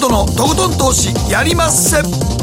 誠のとことん投資やりまっせ。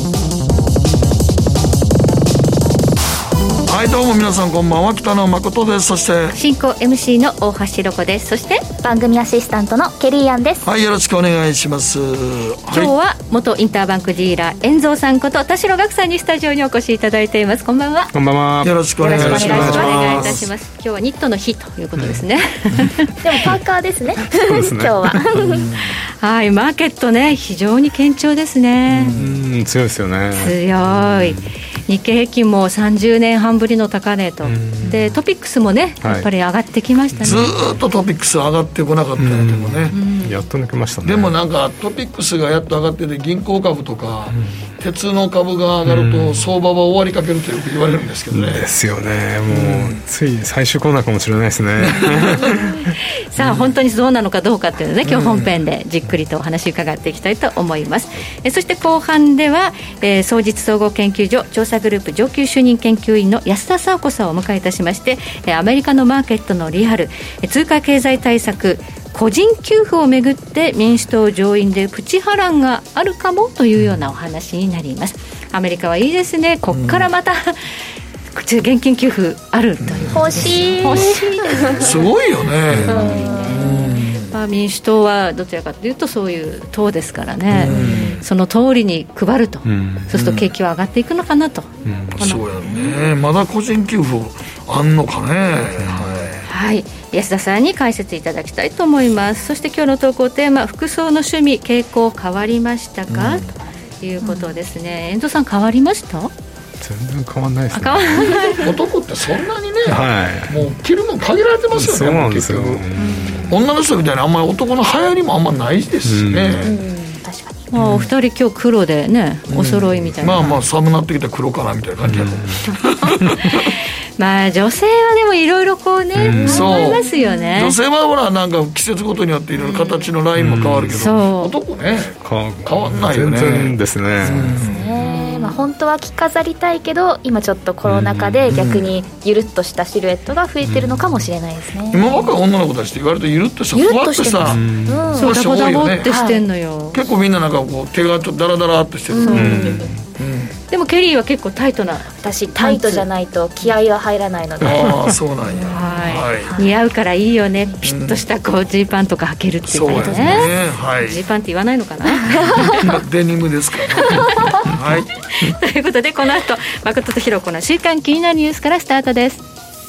はい、どうも皆さんこんばんは、北野誠です。そして進行 MC の大橋ロコです。そして番組アシスタントのケリーアンです。 はい、よろしくお願いします。 今日は元インターバンクディーラー遠蔵さんこと田代岳さんにスタジオにお越しいただいています。こんばんは。 こんばんは。 よろしくお願いします。 お願いいたします。今日はニットの日ということですね、 でもパーカーですねそうですね今日ははい、マーケットね、非常に堅調ですね。 強いですよね。 強い。日経平均も30年半ぶりの高値と、でトピックスもねやっぱり上がってきましたね、 ずっとトピックス上がってこなかったんやけどね、 やっと抜けましたね。 でもなんかトピックスがやっと上がってて、銀行株とか、鉄の株が上がると相場は終わりかけるとよく言われるんですけどね。 ですよね。もうつい最終コーナーかもしれないですねさあ本当にそうなのかどうかっていうのね、今日本編でじっくりとお話伺っていきたいと思います。そして後半では、双日総合研究所調査グループ上級主任研究員の安田佐和子さんをお迎えいたしまして、アメリカのマーケットのリアル、通貨経済対策、個人給付をめぐって民主党上院でプチ波乱があるかもというようなお話になります。アメリカはいいですね。こっからまた、現金給付あるという、 欲しいですごいよね。 まあ、民主党はどちらかというとそういう党ですからね、その通りに配ると、そうすると景気は上がっていくのかなと、 そうやね。まだ個人給付あんのかね。 はい、安田さんに解説いただきたいと思います。そして今日の投稿テーマ、服装の趣味傾向変わりましたか、ということですね。遠藤さん変わりました？ 全然変わんないですね。 変わんない男ってそんなにね、もう着るもん限られてますよね。 そうなんですよ。 女の人みたいにあんまり男の流行りもあんまないですしね、 確かに。お二人今日黒でね、お揃いみたいな、 まあまあ寒なってきた黒かなみたいな感じだと思う、 まあ女性はでもいろいろこうね、思いますよね。 女性はほらなんか季節ごとによっていろいろ形のラインも変わるけど、男ね変わんないよね。 全然ですね。 そうですね。まあ、本当は着飾りたいけど今ちょっとコロナ禍で逆にゆるっとしたシルエットが増えてるのかもしれないですね。 今若い女の子たちって言われるとゆるっとしたふわっとしたそうダボダボってしてんのよ、 結構みんななんかこう手がちょっとダラダラっとしてる、 でもケリーは結構タイトな、 私タイトじゃないと気合は入らないので。 ああそうなんや、 似合うからいいよね。ピッとしたこうジーパンとか履けるっていうことね。ジーパンって言わないのかなデニムですからはい、 ということでこの後誠とひろ子の週刊気になるニュースからスタートです。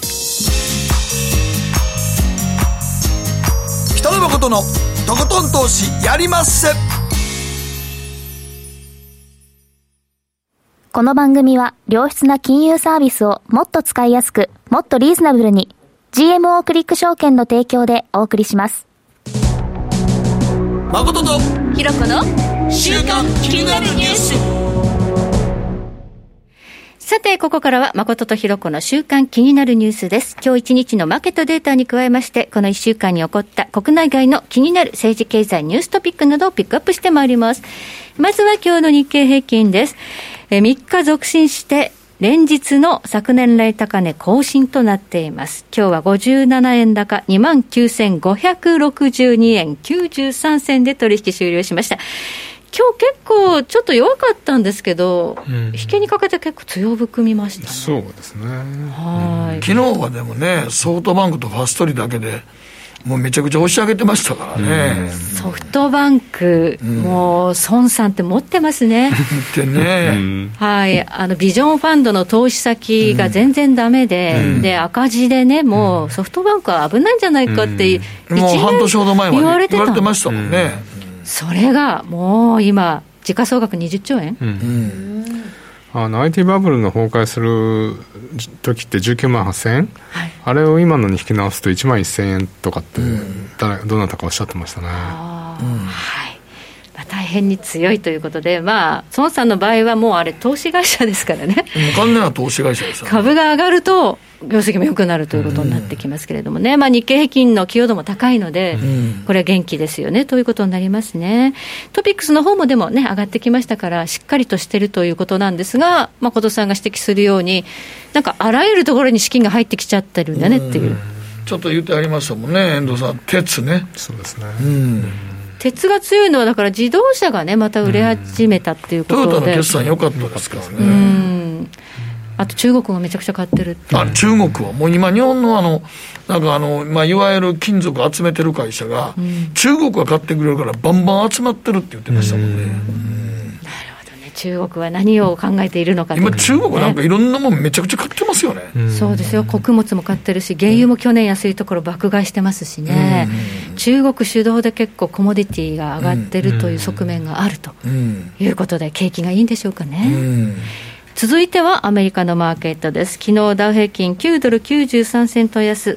北野誠のとことん投資やりまっせ。 この番組は良質な金融サービスをもっと使いやすく、もっとリーズナブルに GMO クリック証券の提供でお送りします。 誠とひろ子の週刊気になるニュース。 さてここからは誠とひろ子の週刊気になるニュースです。今日一日のマーケットデータに加えまして、この1週間に起こった国内外の気になる政治経済ニューストピックなどをピックアップしてまいります。まずは今日の日経平均です。3日続伸して連日の昨年来高値更新となっています。今日は57円高 29,562 円93銭で取引終了しました。今日結構ちょっと弱かったんですけど、引けにかけて結構強含みましたね。 そうですね。 昨日はでもね、ソフトバンクとファストリーだけでもうめちゃくちゃ押し上げてましたからね、 ソフトバンク、もう孫さんって持ってますねってね、 はい、ビジョンファンドの投資先が全然ダメで、で赤字でね、もうソフトバンクは危ないんじゃないかって、 もう半年ほど前まで言われてましたもんね、 それがもう今時価総額20兆円、 IT バブルの崩壊する時って19万8000円、あれを今のに引き直すと1万1000円とかって、どなたかおっしゃってましたね。 大変に強いということで、孫さんの場合はもうあれ投資会社ですからね、 完全な投資会社ですよね。 株が上がると業績も良くなるということになってきますけれどもね、日経平均の寄与度も高いので、これは元気ですよねということになりますね。トピックスの方もでもね上がってきましたから、しっかりとしているということなんですが、誠さんが指摘するように、なんかあらゆるところに資金が入ってきちゃってるんだねっていう、 ちょっと言ってありましたもんね、遠藤さん、鉄ね。 そうですね。 鉄が強いのはだから自動車がねまた売れ始めたっていうことで、 トヨタの決算良かったですからね。 あと中国がめちゃくちゃ買ってるっていう。 中国はもう今日本のなんかいわゆる金属集めてる会社が、中国が買ってくれるからバンバン集まってるって言ってましたもんね。 中国は何を考えているのか、 今中国なんかいろんなもんめちゃくちゃ買ってますよね。 そうですよ、穀物も買ってるし原油も去年安いところ爆買いしてますしね、中国主導で結構コモディティが上がってるという側面があるということで景気がいいんでしょうかね。続いてはアメリカのマーケットです。昨日ダウ平均9ドル93セント安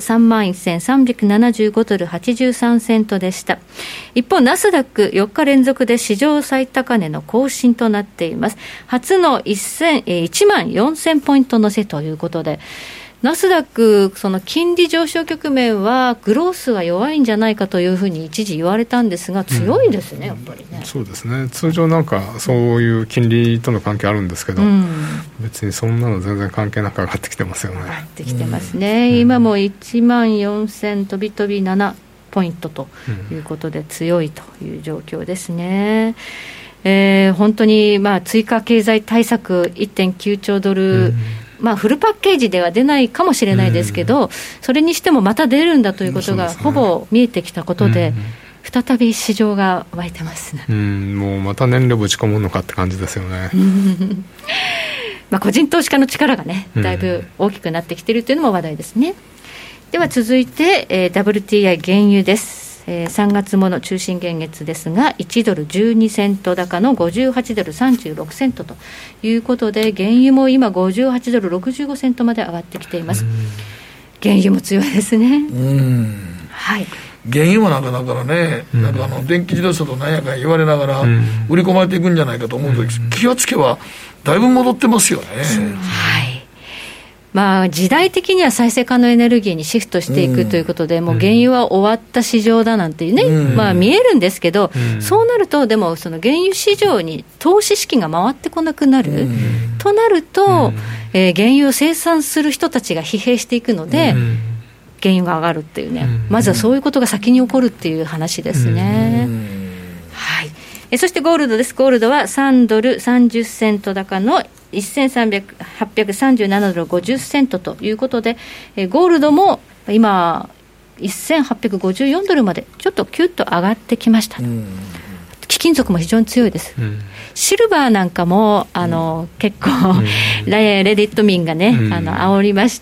31,375 ドル83セントでした。一方ナスダック4日連続で史上最高値の更新となっています。初の1万4000ポイント乗せということで、ナスダックその金利上昇局面はグロースは弱いんじゃないかというふうに一時言われたんですが強いですね、やっぱりね。 そうですね、通常なんかそういう金利との関係あるんですけど、別にそんなの全然関係なく上がってきてますよね。 上がってきてますね、今も1万4000飛び飛び7ポイントということで強いという状況ですね。本当に追加経済対策 1.9 兆ドル、フルパッケージでは出ないかもしれないですけど、それにしてもまた出るんだということがほぼ見えてきたことで、再び市場が湧いてますね。 もうまた燃料ぶち込むのかって感じですよね。 個人投資家の力がねだいぶ大きくなってきているというのも話題ですね。では続いて、WTI 原油です。3月もの中心現月ですが1ドル12セント高の58ドル36セントということで、原油も今58ドル65セントまで上がってきています。原油も強いですね。はい、 原油もなんかね、なんか電気自動車と何やか言われながら売り込まれていくんじゃないかと思うと、気がつけばだいぶ戻ってますよね。 時代的には再生可能エネルギーにシフトしていくということで、もう原油は終わった市場だなんていうね、見えるんですけど、そうなるとでもその原油市場に投資資金が回ってこなくなる、となると、原油を生産する人たちが疲弊していくので、原油が上がるっていうね、まずはそういうことが先に起こるっていう話ですね。はい、そしてゴールドです。ゴールドは3ドル30セント高の1837ドル50セントということで、ゴールドも今1854ドルまでちょっとキュッと上がってきました。貴金属も非常に強いです。シルバーなんかも結構、レディット民がね煽りまして、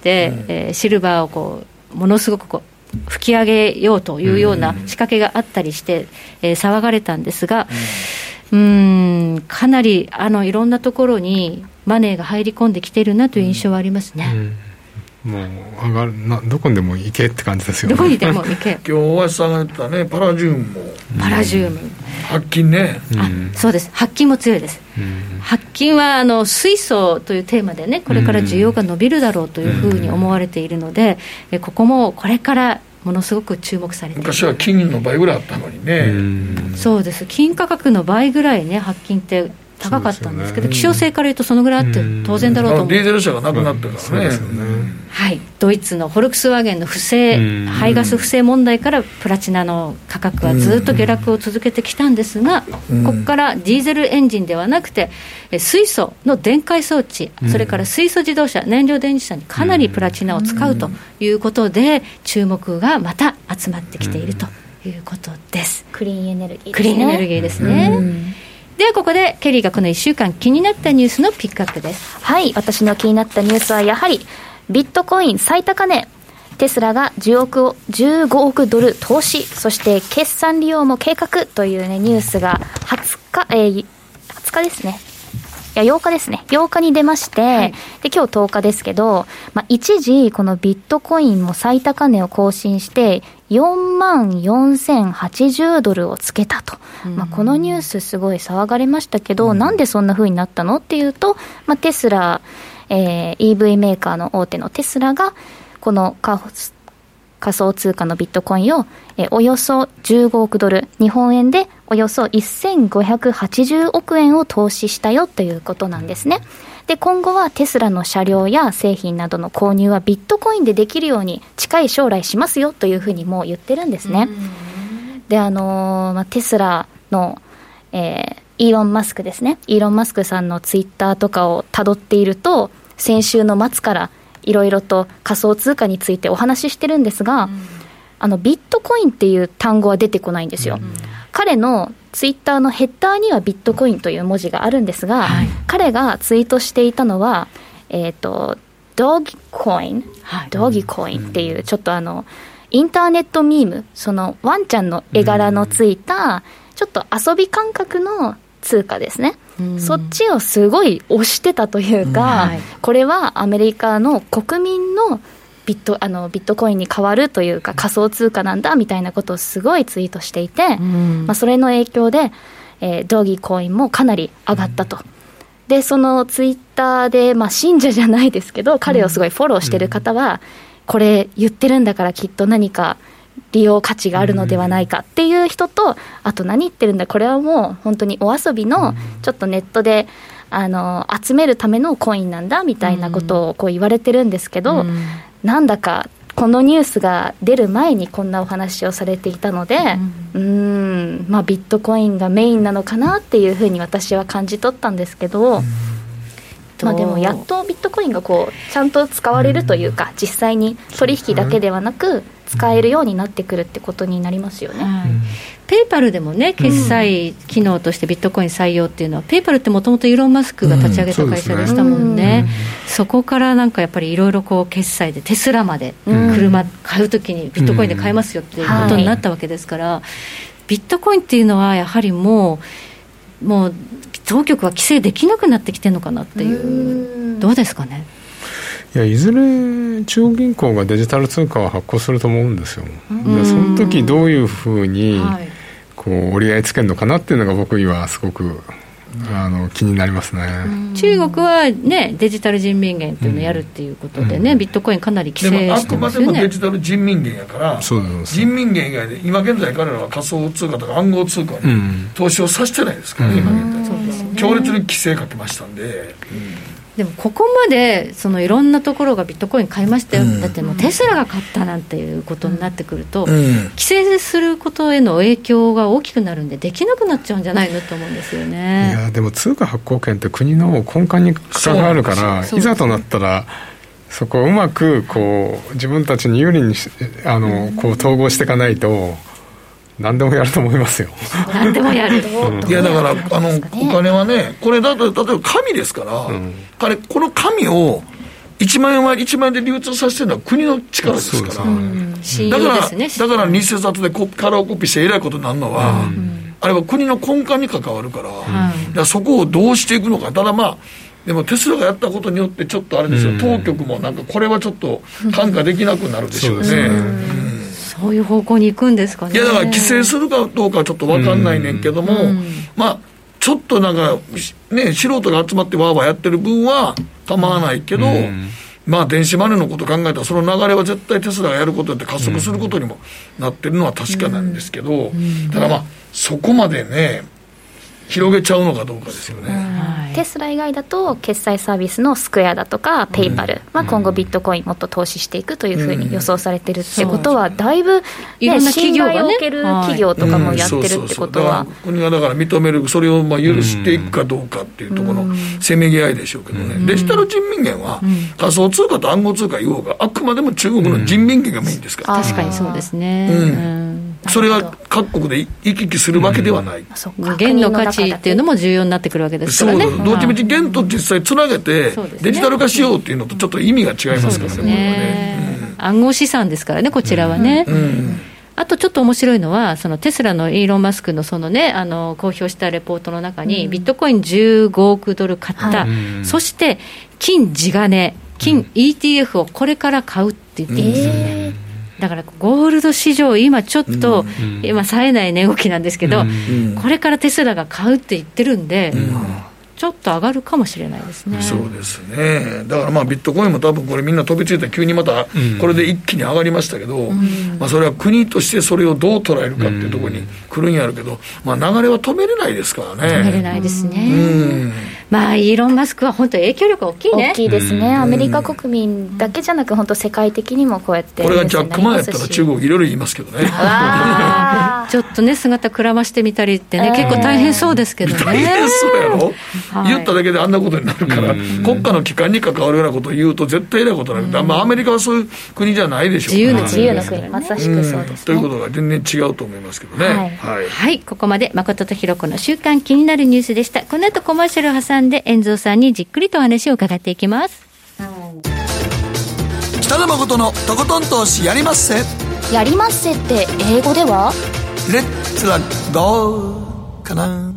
シルバーをものすごく吹き上げようというような仕掛けがあったりして、騒がれたんですが、かなりいろんなところにマネーが入り込んできているなという印象はありますね。 もう上がるどこにでも行けって感じですよね。 どこにでも行け今日大橋さんが言ったね、パラジウムも白金ね、 そうです、白金も強いです。白金は水素というテーマでね、これから需要が伸びるだろうというふうに思われているので、ここもこれからものすごく注目されている。 昔は金の倍ぐらいあったのにね。 そうです、金価格の倍ぐらいね白金って高かったんですけど、希少性から言うとそのぐらいあって当然だろうと思う。 ディーゼル車がなくなってるからね。 はい、ドイツのフォルクスワーゲンの不正排ガス不正問題からプラチナの価格はずっと下落を続けてきたんですが、ここからディーゼルエンジンではなくて水素の電解装置、それから水素自動車、燃料電池車にかなりプラチナを使うということで、注目がまた集まってきているということです。 クリーンエネルギーですね。 クリーンエネルギーですね。ではここでケリーがこの1週間気になったニュースのピックアップです。 はい、私の気になったニュースはやはりビットコイン最高値、テスラが15億ドル投資、そして決算利用も計画という、ね、ニュースが20日ですね、いや8日ですね、8日に出まして、はい、で今日10日ですけど、一時このビットコインも最高値を更新して44,080ドルをつけたと、このニュースすごい騒がれましたけど、なんでそんな風になったのっていうと、テスラ、EV メーカーの大手のテスラがこの仮想通貨のビットコインをおよそ15億ドル、日本円でおよそ1580億円を投資したよということなんですね。で今後はテスラの車両や製品などの購入はビットコインでできるように近い将来しますよというふうにもう言ってるんですね。 でテスラの、イーロン・マスクですね。イーロン・マスクさんのツイッターとかをたどっていると、先週の末からいろいろと仮想通貨についてお話ししてるんですが、ビットコインっていう単語は出てこないんですよ。彼のツイッターのヘッダーにはビットコインという文字があるんですが、彼がツイートしていたのは、ドギコイン、ドギコインっていうちょっとインターネットミーム、そのワンちゃんの絵柄のついたちょっと遊び感覚の通貨ですね。そっちをすごい推してたというか、これはアメリカの国民のビットコインに変わるというか仮想通貨なんだみたいなことをすごいツイートしていて、それの影響で、ドギコインもかなり上がったと。でそのツイッターで、信者じゃないですけど彼をすごいフォローしてる方は、これ言ってるんだからきっと何か利用価値があるのではないかっていう人と、あと何言ってるんだこれはもう本当にお遊びのちょっとネットで集めるためのコインなんだみたいなことをこう言われてるんですけど、なんだかこのニュースが出る前にこんなお話をされていたので、ビットコインがメインなのかなっていうふうに私は感じ取ったんですけど、でもやっとビットコインがこうちゃんと使われるというか、実際に取引だけではなく使えるようになってくるってことになりますよね。 ペイパルでもね、決済機能としてビットコイン採用っていうのは、ペイパルってもともとイーロン・マスクが立ち上げた会社でしたもんね。そこからなんかやっぱりいろいろこう決済でテスラまで車買うときにビットコインで買えますよっていうことになったわけですから、ビットコインっていうのはやはりもう当局は規制できなくなってきてるのかなっていう、どうですかね。 いずれ中央銀行がデジタル通貨を発行すると思うんですよ。でその時どういうふうにこう折り合いつけるのかなっていうのが僕にはすごく気になりますね。 中国は、ね、デジタル人民元っていうのをやるっていうことでね、ビットコインかなり規制してますよね。 でもあくまでもデジタル人民元やから、人民元以外で今現在彼らは仮想通貨とか暗号通貨に投資をさせてないですからね、今現在強烈に規制かけましたんで、 でもここまでいろんなところがビットコイン買いましたよ、だってもうテスラが買ったなんていうことになってくると、規制することへの影響が大きくなるんでできなくなっちゃうんじゃないのと思うんですよね。 いやでも通貨発行権って国の根幹に関わるから、いざとなったらそこをうまくこう自分たちに有利にこう統合していかないと何でもやると思いますよ。 何でもやる。 いやだからお金はね、これだと例えば紙ですから、この紙を1万円は1万円で流通させてるのは国の力ですから、だから偽札でカラーコピーしてえらいことになるのは、あれは国の根幹に関わるから、だからそこをどうしていくのか。ただでもテスラがやったことによってちょっとあれですよ、当局もなんかこれはちょっと看過できなくなるでしょうね。 そういう方向に行くんですかね。 いやだから規制するかどうかはちょっと分かんないねんけども、ちょっとなんかね素人が集まってワーワーやってる分は構わないけど、電子マネーのことを考えたらその流れは絶対テスラがやることで加速することにもなってるのは確かなんですけど、ただそこまでね広げちゃうのかどうかですよね。 テスラ以外だと決済サービスのスクエアだとかペイパルは今後ビットコインもっと投資していくというふうに予想されてるってことは、だいぶ、 いろんな企業がね、 信頼を受ける企業とかもやってるってことは、 国がだから認める、それを許していくかどうかっていうところのせめぎ合いでしょうけどね。デジタル人民元は仮想通貨と暗号通貨言おうがあくまでも中国の人民元がメインですから、 確かにそうですね。 それが各国で行き来するわけではない、 元の価値っていうのも重要になってくるわけですからね。 どっちみち元と実際つなげてデジタル化しようっていうのとちょっと意味が違いますからね。 暗号資産ですからね、こちらはね。あとちょっと面白いのは、そのテスラのイーロン・マスクの公表したレポートの中に、ビットコイン15億ドル買った、そして金地金、金 ETF をこれから買うって言ってるんですよね。だからゴールド市場今ちょっと、今冴えない値動きなんですけど、これからテスラが買うって言ってるんで、 ちょっと上がるかもしれないですね。 そうですね。だからビットコインも多分これみんな飛びついて急にまたこれで一気に上がりましたけど、それは国としてそれをどう捉えるかっていうところに来るんやるけど、流れは止めれないですからね。 止めれないですね。イーロン・マスクは本当影響力大きいね。 大きいですね。アメリカ国民だけじゃなく本当世界的にもこうやってこれがジャック・マンやったら中国いろいろ言いますけどね。 ちょっとね姿くらましてみたりってね、結構大変そうですけどね。 大変そうやろ、言っただけであんなことになるから、国家の機関に関わるようなことを言うと絶対偉いことになる。アメリカはそういう国じゃないでしょうから、 自由な国、 まさしくそうですね。 ということが全然違うと思いますけどね。 はい、ここまで誠とひろ子の週刊気になるニュースでした。この後コマーシャルを挟んで遠蔵さんにじっくりとお話を伺っていきます。 北野誠のとことん投資やりまっせ。 やりまっせって英語ではレッツラゴーかな。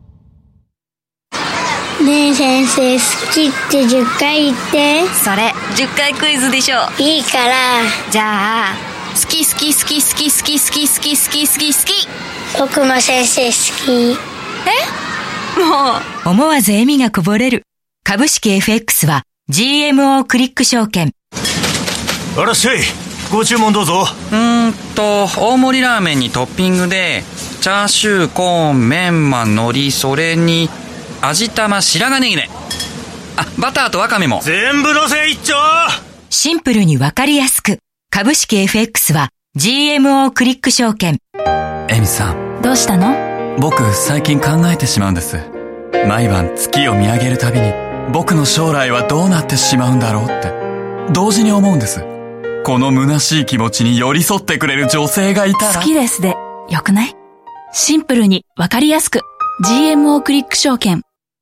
ねえ先生、好きって10回言って。 それ10回クイズでしょ。 いいから。 じゃあ好き好き好き好き好き好き好き好き好き好き。 僕も先生好き。 もう思わず笑みがこぼれる。株式 FX は GMO クリック証券。 あらっしゃい、ご注文どうぞ。 大盛りラーメンにトッピングでチャーシュー、コーン、メンマ、海苔、それに味玉、白髪ネギね。バターとワカメも全部のせ一丁。 シンプルにわかりやすく。株式 FX は GMO クリック証券。 エミさん、 どうしたの？ 僕最近考えてしまうんです。毎晩月を見上げるたびに僕の将来はどうなってしまうんだろうって同時に思うんです。この虚しい気持ちに寄り添ってくれる女性がいたら。 好きですでよくない？シンプルにわかりやすく GMO クリック証券。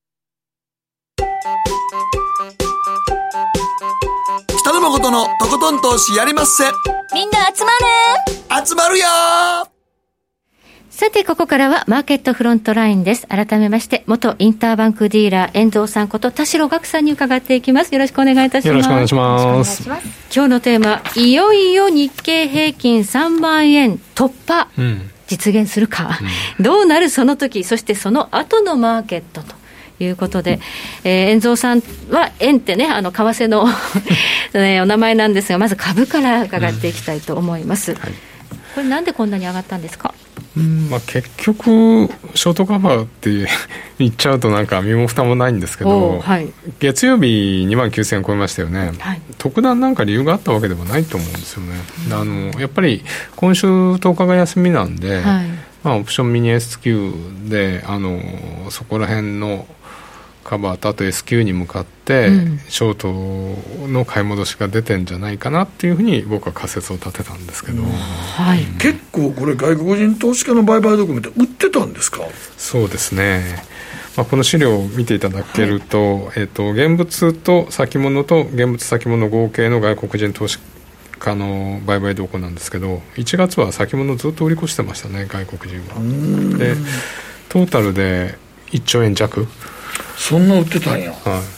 北野誠のとことん投資やりまっせ。 みんな集まる。 集まるよ。 さてここからはマーケットフロントラインです。改めまして元インターバンクディーラー遠藤さんこと田代岳さんに伺っていきます。よろしくお願いいたします。 よろしくお願いします。 今日のテーマ、いよいよ日経平均3万円突破、実現するか、どうなるその時、そしてその後のマーケットということで、遠藤さんは円ってね、為替の、お名前なんですが、まず株から伺っていきたいと思います。これなんでこんなに上がったんですか？ 結局ショートカバーって言っちゃうとなんか身も蓋もないんですけど、月曜日29,000円超えましたよね、特段なんか理由があったわけでもないと思うんですよね。やっぱり今週10日が休みなんで、オプションミニ S q でそこら辺のカバーとあと S q に向かってショートの買い戻しが出てんじゃないかなっていうふうに僕は仮説を立てたんですけど、 結構これ外国人投資家の売買ドキュメント売ってたんですか？ そうですね、この資料を見ていただけると、現物と先物と現物先物合計の外国人投資家の売買動向なんですけど、1月は先物ずっと売り越してましたね、外国人は。でトータルで1兆円弱、 そんな売ってたんや。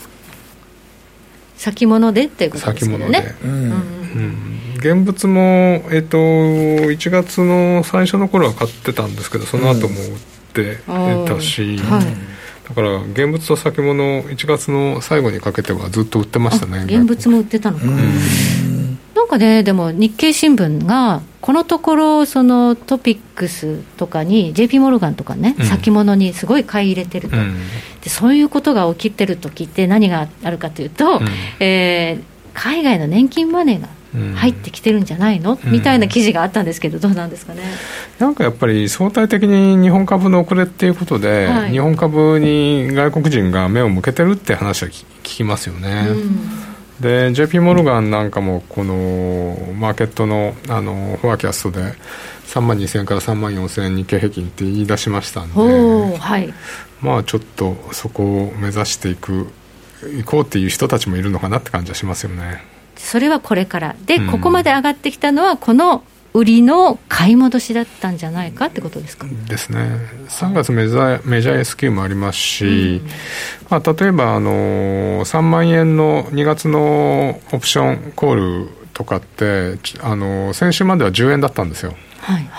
先物でっていうことですよね。 先物で、現物も、1月の最初の頃は買ってたんですけど、その後も売ってたし、だから現物と先物1月の最後にかけてはずっと売ってましたね。 現物も売ってたのか、なんかね、でも日経新聞がこのところそのトピックスとかに JP モルガンとかね、先物にすごい買い入れてると、でそういうことが起きてる時って何があるかというと、海外の年金マネーが入ってきてるんじゃないの、みたいな記事があったんですけど、どうなんですかね。 なんかやっぱり相対的に日本株の遅れっていうことで、日本株に外国人が目を向けてるって話は聞きますよね。で JP モルガンなんかもこのマーケットのフォアキャストで32,000円から34,000円日経平均って言い出しましたんで、ちょっとそこを目指していこうっていう人たちもいるのかなって感じはしますよね。 それはこれからで、ここまで上がってきたのはこの売りの買い戻しだったんじゃないかってことですか？ ですね。3月メジャー S q もありますし、例えば3万円の2月のオプションコールとかって先週までは10円だったんですよ。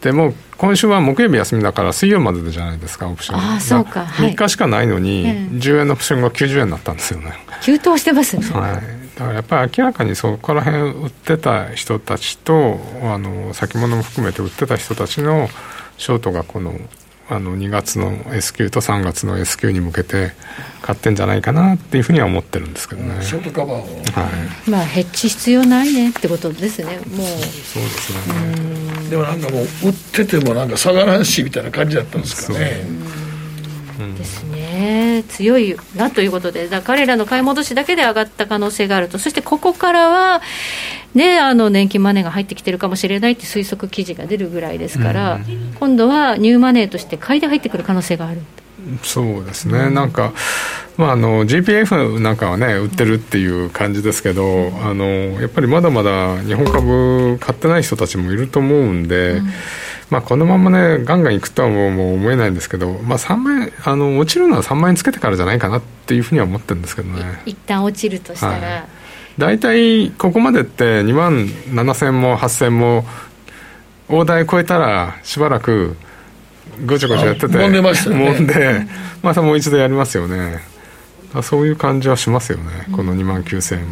でも今週は木曜日休みだから水曜までじゃないですか、オプション。 ああ、そうか、 3日しかないのに、10円のオプションが90円になったんですよね。 急騰してますね。 はい、だからやっぱり明らかにそこら辺売ってた人たちと先物も含めて売ってた人たちのショートがこの2月の S q と3月の S q に向けて買ってんじゃないかなっていうふうには思ってるんですけどね。 ショートカバーを、 はい、 まあヘッジ必要ないねってことですね。もうそうですね。 でもなんかもう売っててもなんか下がらんしみたいな感じだったんですかね。 ですね。強いなということで、だから彼らの買い戻しだけで上がった可能性があると。そしてここからはね、年金マネーが入ってきてるかもしれないって推測記事が出るぐらいですから、今度はニューマネーとして買いで入ってくる可能性がある。 そうですね、なんか、GPF なんかはね売ってるっていう感じですけど、やっぱりまだまだ日本株買ってない人たちもいると思うんで、このままねガンガンいくとはもう思えないんですけど、3万円落ちるのは3万円つけてからじゃないかなっていうふうには思ってるんですけどね。 一旦落ちるとしたら、 だいたいここまでって2万7000も8000も大台超えたらしばらくごちゃごちゃやってて揉んでましたね。 揉んでまたもう一度やりますよね。そういう感じはしますよね、この2万9000円も、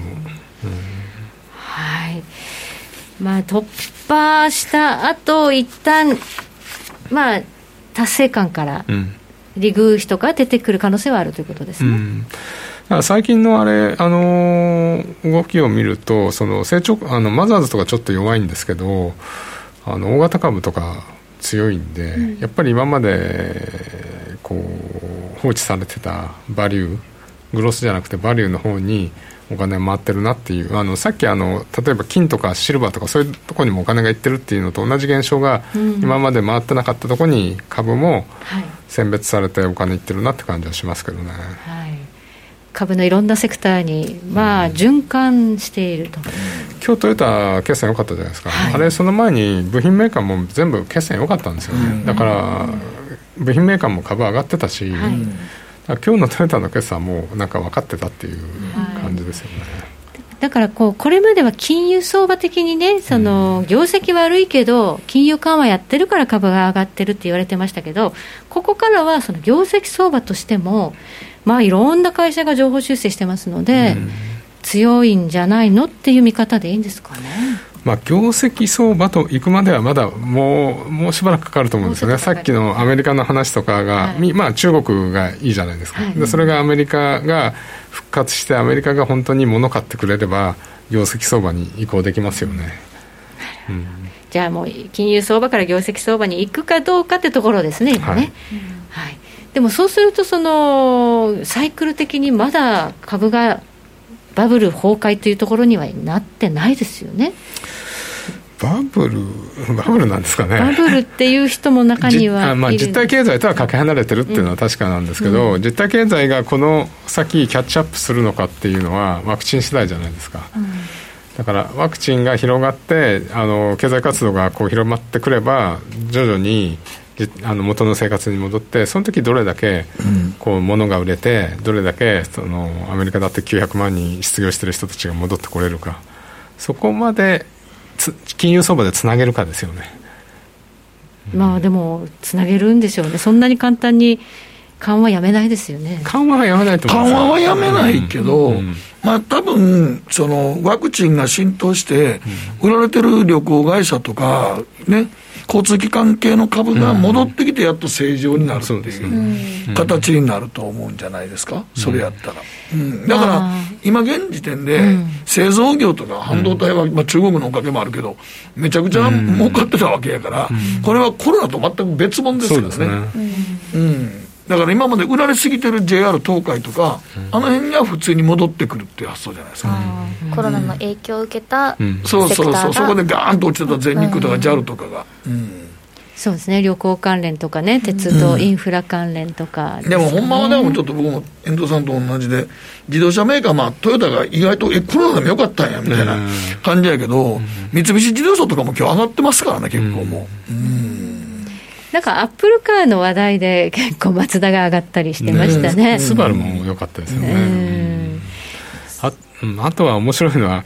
はい。突破した後一旦達成感から利食う人が出てくる可能性はあるということですね。 最近の動きを見るとその成長マザーズとかちょっと弱いんですけど、大型株とか強いんで、やっぱり今までこう放置されてたバリュー、グロスじゃなくてバリューの方にお金が回ってるなっていう、さっき例えば金とかシルバーとかそういうところにもお金がいってるっていうのと同じ現象が、今まで回ってなかったところに株も選別されてお金いってるなって感じはしますけどね。 株のいろんなセクターに、循環していると。 今日トヨタ決算良かったじゃないですか、あれその前に部品メーカーも全部決算良かったんですよね、だから部品メーカーも株上がってたし、今日のトヨタの決算もなんか分かってたっていう感じですよね。 だからこれまでは金融相場的にね、その業績悪いけど金融緩和やってるから株が上がってるって言われてましたけど、ここからはその業績相場としてもいろんな会社が情報修正してますので、強いんじゃないのっていう見方でいいんですかね。 業績相場と行くまではまだもうしばらくかかると思うんですよね。さっきのアメリカの話とかが、中国がいいじゃないですか、でそれがアメリカが復活してアメリカが本当に物買ってくれれば業績相場に移行できますよね。 じゃあもう金融相場から業績相場に行くかどうかってところですね、今ね。でもそうするとそのサイクル的にまだ株がバブル崩壊というところにはなってないですよね。 バブルなんですかね。 バブルっていう人も中にはいる。 実体経済とはかけ離れてるっていうのは確かなんですけど、実体経済がこの先キャッチアップするのかっていうのはワクチン次第じゃないですか、だからワクチンが広がって経済活動が広まってくれば徐々に元の生活に戻って、その時どれだけ物が売れて、どれだけアメリカだって900万人失業してる人たちが戻ってこれるか、そこまで金融相場でつなげるかですよね。 でもつなげるんでしょうね。そんなに簡単に緩和やめないですよね。 緩和はやめないと思います。 緩和はやめないけど、多分そのワクチンが浸透して売られてる旅行会社とかね、交通機関系の株が戻ってきてやっと正常になるっていう形になると思うんじゃないですか、それやったら。だから今現時点で製造業とか半導体は中国のおかげもあるけどめちゃくちゃ儲かってたわけやから、これはコロナと全く別物ですからね。だから今まで売られすぎてる JR 東海とか、あの辺には普通に戻ってくるっていう発想じゃないですか、 コロナの影響を受けたそうそこでガーンと落ちてた全日空とか JAL とかが、 そうですね、旅行関連とかね、鉄道、インフラ関連とかでもほんまはでもちょっと僕も遠藤さんと同じで、自動車メーカー、トヨタが意外とコロナでもよかったんやみたいな感じやけど、三菱自動車とかも今日上がってますからね、結構もう。 なんかアップルカーの話題で結構マツダが上がったりしてましたね。 スバルも良かったですよね。あとは面白いのは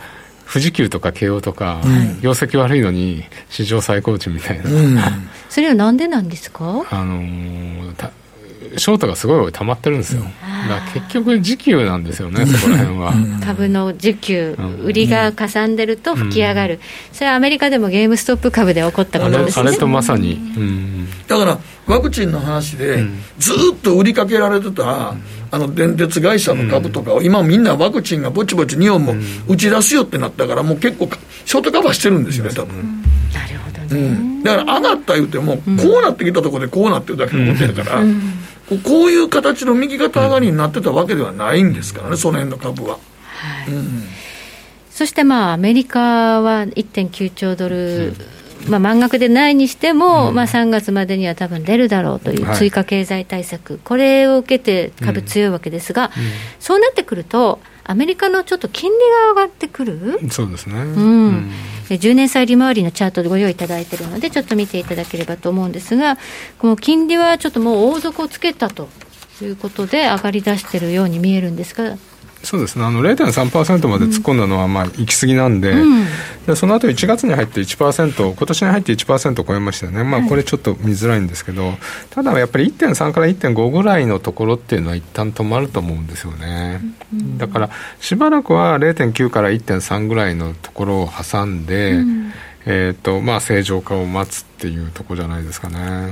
富士急とか慶応とか、業績悪いのに史上最高値みたいな、 それはなんでなんですか？ ショートがすごい溜まってるんですよ。だから結局需給なんですよね、そこら辺は。 株の需給、売りがかさんでると吹き上がる、それはアメリカでもゲームストップ株で起こったことですね。 あれとまさに、 だからワクチンの話でずっと売りかけられてた電鉄会社の株とかを今みんなワクチンがぼちぼち日本も打ち出すよってなったからもう結構ショートカバーしてるんですよね多分。 なるほどね、 だから上がった言うてもこうなってきたところでこうなってるだけのことやから、こういう形の右肩上がりになってたわけではないんですからね、その辺の株は。 そしてアメリカは 1.9 兆ドル、満額でないにしても、3月までには多分出るだろうという追加経済対策、これを受けて株強いわけですが、そうなってくるとアメリカのちょっと金利が上がってくる。 そうですね、 10年債利回りのチャートでご用意いただいているのでちょっと見ていただければと思うんですが、この金利はちょっともう大底をつけたということで上がり出しているように見えるんですが。 そうですね、0.3% まで突っ込んだのは行き過ぎなんで、でその後1月に入って 1%、今年に入って 1% を超えましたよね。これちょっと見づらいんですけど、ただやっぱり 1.3 から 1.5 ぐらいのところっていうのは一旦止まると思うんですよね。だからしばらくは 0.9 から 1.3 ぐらいのところを挟んで、正常化を待つっていうところじゃないですかね。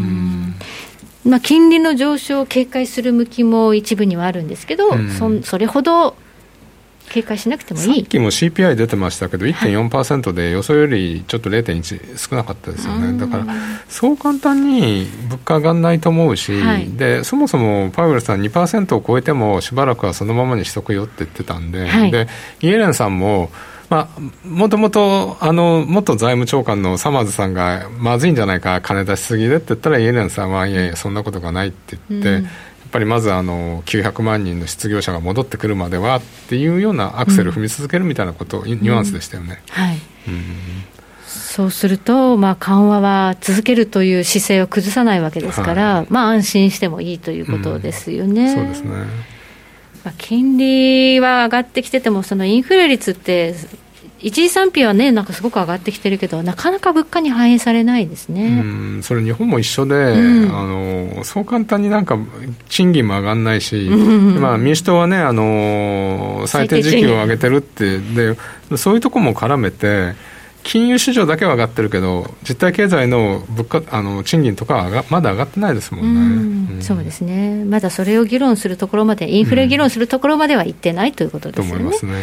金利の上昇を警戒する向きも一部にはあるんですけど、それほど警戒しなくてもいい。 さっきも CPI 出てましたけど 1.4% で予想よりちょっと 0.1 少なかったですよね。だからそう簡単に物価上がらないと思うし、でそもそもパウエルさん 2% を超えてもしばらくはそのままにしとくよって言ってたんで、でイエレンさんももともと元財務長官のサマーズさんがまずいんじゃないか金出しすぎでって言ったらイエレンさんはいやいやそんなことがないって言って、やっぱりまず900万人の失業者が戻ってくるまではっていうようなアクセル踏み続けるみたいなこと、ニュアンスでしたよね。 そうすると、緩和は続けるという姿勢を崩さないわけですから、安心してもいいということですよね。 そうですね。 金利は上がってきててもそのインフレ率って一時賛否はねなんかすごく上がってきてるけどなかなか物価に反映されないですね。 それ日本も一緒で、そう簡単になんか賃金も上がらないし、民主党はね最低時給を上げてるってでそういうところも絡めて金融市場だけは上がってるけど実体経済の物価賃金とかはまだ上がってないですもんね。 そうですね。まだそれを議論するところまでインフレ議論するところまでは行ってないということですよね。 と思いますね。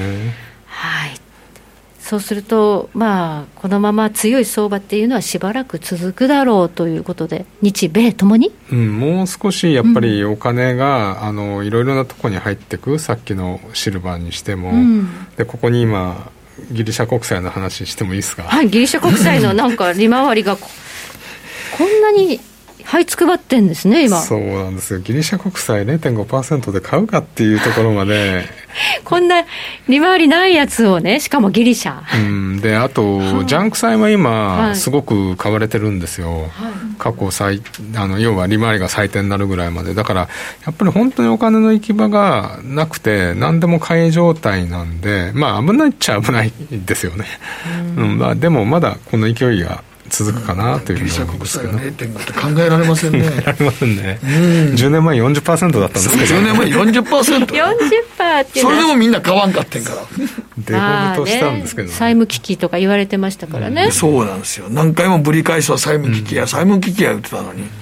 そうすると、このまま強い相場っていうのはしばらく続くだろうということで日米ともに、 もう少しやっぱりお金が、いろいろなところに入ってくさっきのシルバーにしても、でここに今ギリシャ国債の話してもいいですか？ ギリシャ国債のなんか利回りがこんなに這いつくばってんですね今。 そうなんですよ。ギリシャ国債 0.5% で買うかっていうところまでこんな利回りないやつをね、しかもギリシャ、 であとジャンク債も今すごく買われてるんですよ、過去要は利回りが最低になるぐらいまで。だからやっぱり本当にお金の行き場がなくて何でも買い状態なんで、危ないっちゃ危ないですよね。でもまだこの勢いが続くかなというふうに思いますけど、 ギリシャ国債が 0.5 って考えられませんね。 考えられませんね。10年前 40% だったんですけど、 10年前 40% 40% っていうそれでもみんな買わんかってんからデフォルトしたんですけど、 債務危機とか言われてましたからね。 そうなんですよ。何回もぶり返すは債務危機や、債務危機や言ってたのに。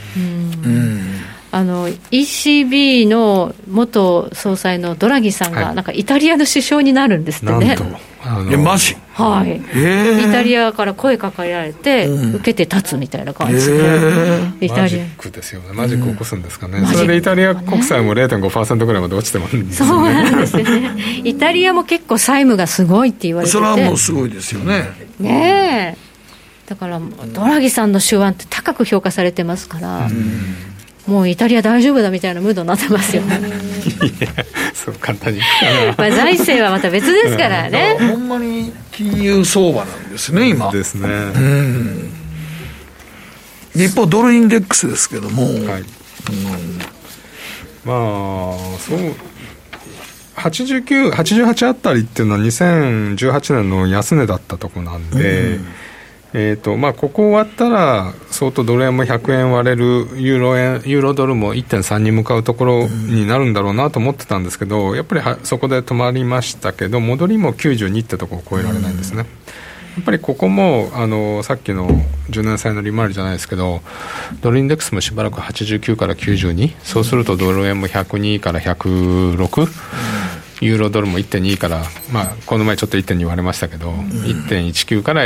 ECB の元総裁のドラギさんがなんかイタリアの首相になるんですってね。 マジ？ イタリアから声かけられて、受けて立つみたいな感じで、 イタリアマジックですよね。マジック起こすんですかね。それでイタリア国債も 0.5% ぐらいまで落ちてますんですよね。 そうなんですよね。イタリアも結構債務がすごいって言われてて、 それはもうすごいですよね。 ねえ。だからドラギさんの手腕って高く評価されてますから、もうイタリア大丈夫だみたいなムードになってますよね。いや、そう簡単に財政はまた別ですからね。 ほんまに金融相場なんですね今ですね。 一方ドルインデックスですけども、 そう 88あたりっていうのは2018年の安値だったとこなんで、ここ終わったら相当ドル円も100円割れる、ユーロドルも 1.3 に向かうところになるんだろうなと思ってたんですけど、やっぱりそこで止まりましたけど、戻りも92ってとこを超えられないんですね。やっぱりここもさっきの10年債の利回りじゃないですけど、ドルインデックスもしばらく89から92、そうするとドル円も102から106、ユーロドルも 1.2 から、この前ちょっと 1.2 割れましたけど、1.19 から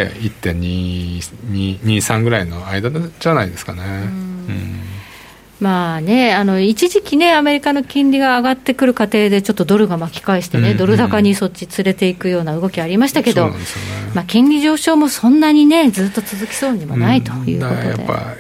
1.23 ぐらいの間じゃないですかね。 一時期ね、アメリカの金利が上がってくる過程でちょっとドルが巻き返してね、ドル高にそっち連れていくような動きありましたけど、金利上昇もそんなにねずっと続きそうにもないということで、やっぱ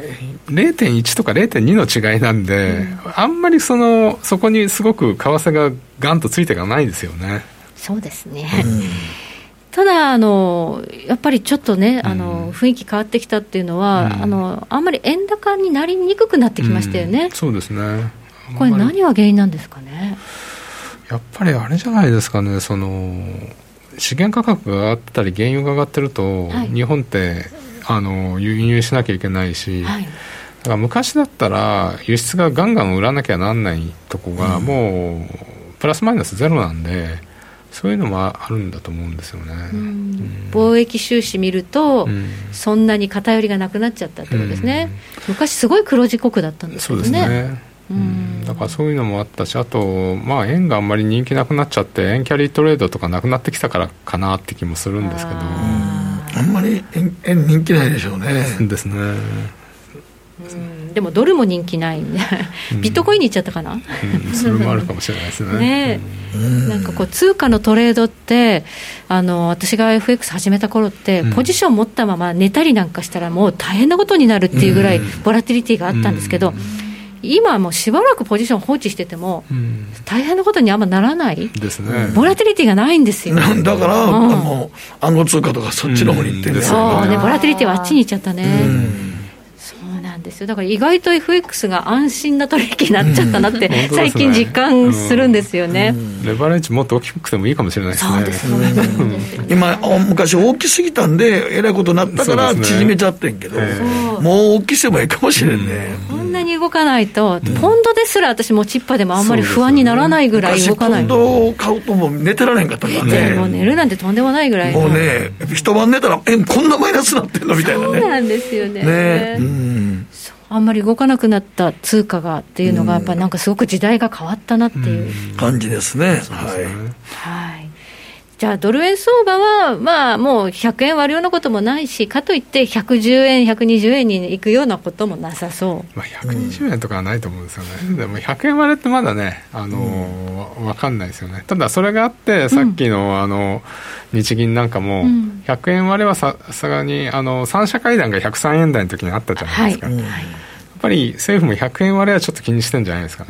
0.1 とか 0.2 の違いなんで、あんまりそこにすごく為替がガンとついていかないですよね。 そうですね、ただやっぱりちょっとね雰囲気変わってきたっていうのは、あんまり円高になりにくくなってきましたよね。 そうですね。 これ何が原因なんですかね。 やっぱりあれじゃないですかね、資源価格が上がったり原油が上がってると、日本って輸入しなきゃいけないし、だから昔だったら輸出がガンガン売らなきゃなんないとこがもうプラスマイナスゼロなんで、そういうのもあるんだと思うんですよね。 貿易収支見ると、そんなに偏りがなくなっちゃったってことですね。昔すごい黒字国だったんですけどね。 そうですね。だからそういうのもあったし、あと、円があんまり人気なくなっちゃって円キャリートレードとかなくなってきたからかなって気もするんですけど、 あんまり円人気ないでしょうね。 ですね。 でもドルも人気ないんでビットコインに行っちゃったかな、 それもあるかもしれないですね。 なんかこう通貨のトレードって私が FX 始めた頃って、ポジション持ったまま寝たりなんかしたらもう大変なことになるっていうぐらいボラティリティがあったんですけど、今はもうしばらくポジション放置してても、大変なことにあんまならないですね。 ボラティリティがないんですよ。 だから、暗号通貨とかそっちの方に行ってるんですよね。 そうね、ボラティリティはあっちに行っちゃったね。ですよ。だから意外と FX が安心な取引になっちゃったなって最近実感するんですよね。 レバレッジもっと大きくてもいいかもしれないですね。 そうですね。 今昔大きすぎたんでえらいことになったから縮めちゃってんけど、もう大きしてもいいかもしれんね。 こんなに動かないと、ポンドですら私もチッパでもあんまり不安にならないぐらい動かない。 ポンドを買うともう寝てられへんかったからね。 もう寝るなんてとんでもないぐらい。 もうね、一晩寝たらこんなマイナスなってんのみたいなね。 そうなんですよね。あんまり動かなくなった通貨がっていうのがやっぱりなんかすごく時代が変わったなっていう感じですね。 はい。じゃあドル円相場はもう100円割るようなこともないし、かといって110円120円に行くようなこともなさそう。 120円とかはないと思うんですよね。でも100円割れってまだね分かんないですよね。ただそれがあってさっきの日銀なんかも100円割れはさすがに3者会談が103円台の時にあったじゃないですか。やっぱり政府も100円割れはちょっと気にしてるんじゃないですかね。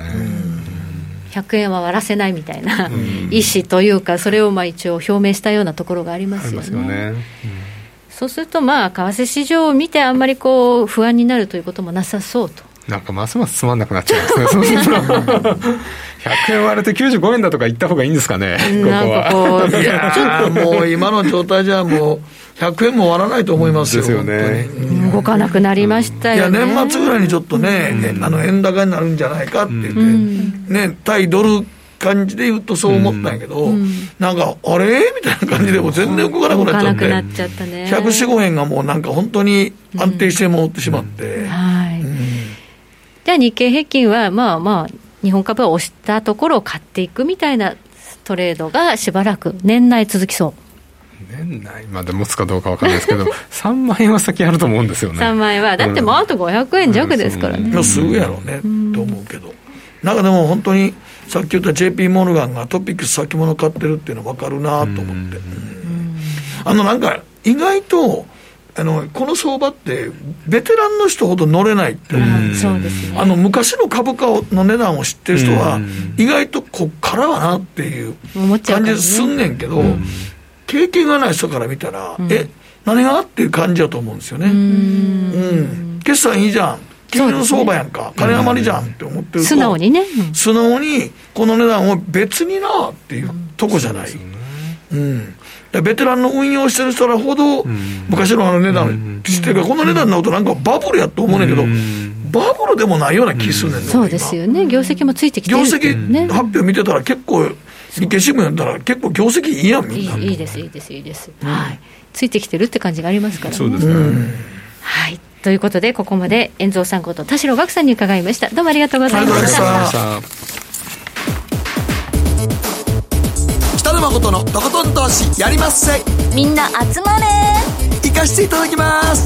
100円は割らせないみたいな意思というか、それを一応表明したようなところがありますよね。そうすると為替市場を見てあんまりこう不安になるということもなさそうと。 なんかますますつまんなくなっちゃいますね。そうすると100円割れて95円だとか言った方がいいんですかね。 なんかこういやちょっともう今の状態じゃもう100円も割らないと思いますよ。 ですよね。 動かなくなりましたよね。 いや年末ぐらいにちょっとね、円高になるんじゃないかって言って、対ドル感じで言うとそう思ったんやけど、なんかあれみたいな感じでも全然動かなくなっちゃって、104、5円がもうなんか本当に安定して戻ってしまって、 じゃあ日経平均は日本株は押したところを買っていくみたいなトレードがしばらく年内続きそう。 年内まで持つかどうか分からないですけど3万円は先あると思うんですよね。 3万円はだってもうあと500円弱ですからね。 すぐやろうねと思うけど、なんかでも本当にさっき言った JP モルガンがトピックス先物買ってるっていうの分かるなと思って、なんか意外とこの相場ってベテランの人ほど乗れないって、 そうですね、 昔の株価の値段を知ってる人は意外とこっからはなっていう感じすんねんけど、経験がない人から見たら、何がっていう感じだと思うんですよね。決算いいじゃん、金融相場やんか、金余りじゃんって思ってると、 素直にね、 素直にこの値段を別になっていうとこじゃない、ベテランの運用してる人らほど昔の値段してるから、この値段になるとなんかバブルやと思うねんけど、バブルでもないような気するねん。 そうですよね。業績もついてきてる、 業績発表見てたら結構、日経新聞やったら結構業績いいやん、みんな。 いいです、はい。ついてきてるって感じがありますからね。 そうですね。 はい。ということで、ここまで遠蔵さんこと田代岳さんに伺いました。どうもありがとうございました。 北野誠のとことん投資やりまっせ。 みんな集まれ。 行かしていただきます。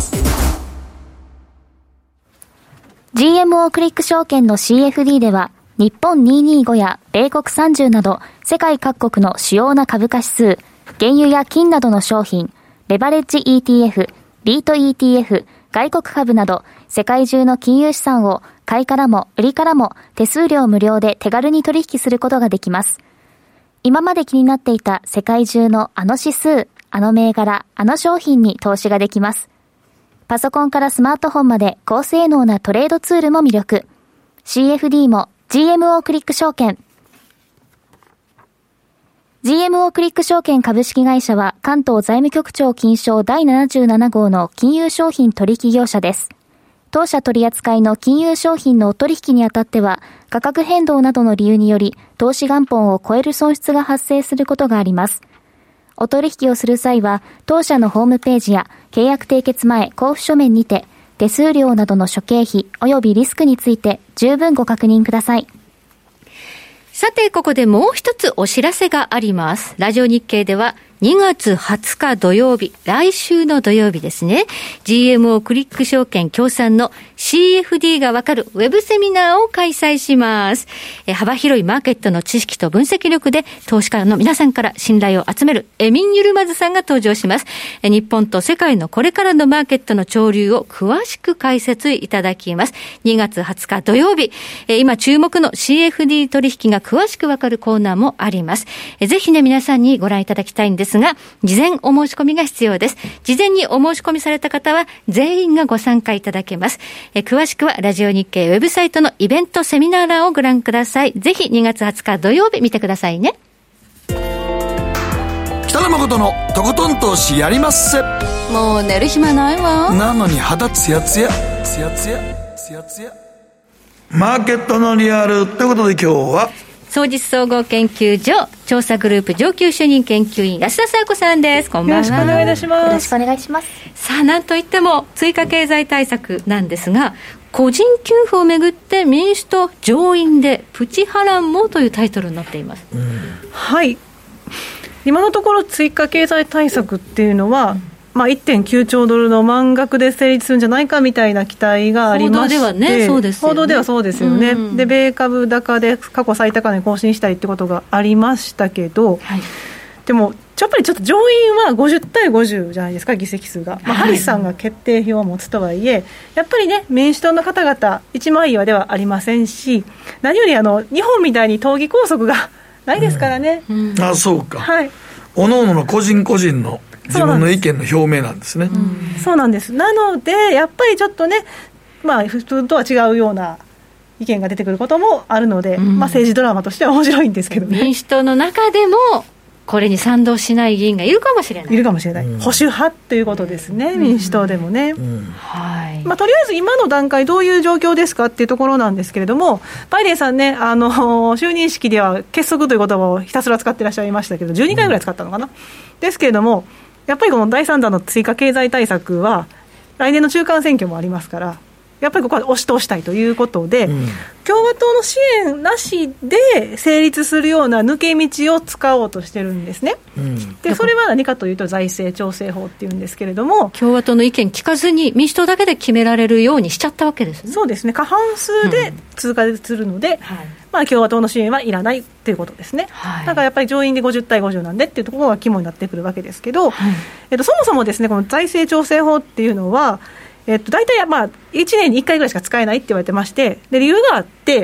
GMO クリック証券の CFD では、日本225や米国30など世界各国の主要な株価指数、原油や金などの商品、レバレッジ ETF、リート ETF、外国株など世界中の金融資産を買いからも売りからも手数料無料で手軽に取引することができます。今まで気になっていた世界中のあの指数、あの銘柄、あの商品に投資ができます。パソコンからスマートフォンまで高性能なトレードツールも魅力。CFD も GMO クリック証券。GMO クリック証券株式会社は関東財務局長金賞第77号の金融商品取引業者です。当社取扱いの金融商品のお取引にあたっては価格変動などの理由により投資元本を超える損失が発生することがあります。お取引をする際は当社のホームページや契約締結前交付書面にて手数料などの諸経費及びリスクについて十分ご確認ください。 さて、ここでもう一つお知らせがあります。ラジオ日経では2月20日土曜日、来週の土曜日ですね、GMO クリック証券協賛の CFD がわかるウェブセミナーを開催します。幅広いマーケットの知識と分析力で投資家の皆さんから信頼を集めるエミン・ユルマズさんが登場します。日本と世界のこれからのマーケットの潮流を詳しく解説いただきます。2月20日土曜日、今注目の CFD 取引が詳しくわかるコーナーもあります。ぜひね、皆さんにご覧いただきたいんですが、事前お申し込みが必要です。事前にお申し込みされた方は全員がご参加いただけます。詳しくはラジオ日経ウェブサイトのイベントセミナー欄をご覧ください。ぜひ2月20日土曜日見てくださいね。 北野誠のとことん投資やりまっせ。 もう寝る暇ないわ。 なのに肌ツヤツヤツヤツヤツヤツヤ。マーケットのリアルということで、今日は双日総合研究所調査グループ上級主任研究員安田紗子さんです。こんばんは。 よろしくお願いいたします。 よろしくお願いします。 さあ、なんといっても追加経済対策なんですが、個人給付をめぐって民主党上院でプチ波乱もというタイトルになっています。 はい、今のところ追加経済対策っていうのは、1.9 兆ドルの満額で成立するんじゃないかみたいな期待がありまして、 報道ではね、そうですよね。 報道ではそうですよね、で米株高で過去最高値更新したりってことがありましたけど、はい、でもやっぱりちょっと上院は50対50じゃないですか、議席数が、ハリスさんが決定票を持つとはいえ、やっぱりね、民主党の方々一枚岩ではありませんし、何より日本みたいに党議拘束がないですからね、 あ、そうか、 はい、 おのおのの個人個人の自分の意見の表明なんですね。 そうなんです。なのでやっぱりちょっとね、普通とは違うような意見が出てくることもあるので、政治ドラマとしては面白いんですけどね。 民主党の中でもこれに賛同しない議員がいるかもしれない。 いるかもしれない、保守派ということですね、民主党でもね、はい。とりあえず今の段階どういう状況ですかっていうところなんですけれども、バイデンさんね、就任式では結束という言葉をひたすら使ってらっしゃいましたけど、12回ぐらい使ったのかな、ですけれども、やっぱりこの第3弾の追加経済対策は来年の中間選挙もありますから、やっぱりここは押し通したいということで、共和党の支援なしで成立するような抜け道を使おうとしてるんですね、でそれは何かというと財政調整法っていうんですけれども、 共和党の意見聞かずに民主党だけで決められるようにしちゃったわけですね。 そうですね、過半数で通過するので、共和党の支援はいらないということですね、だからやっぱり上院で50対50なんでっていうところが肝になってくるわけですけど、そもそもですね、この財政調整法っていうのは大体1年に1回ぐらいしか使えないって言われてまして、で理由があって、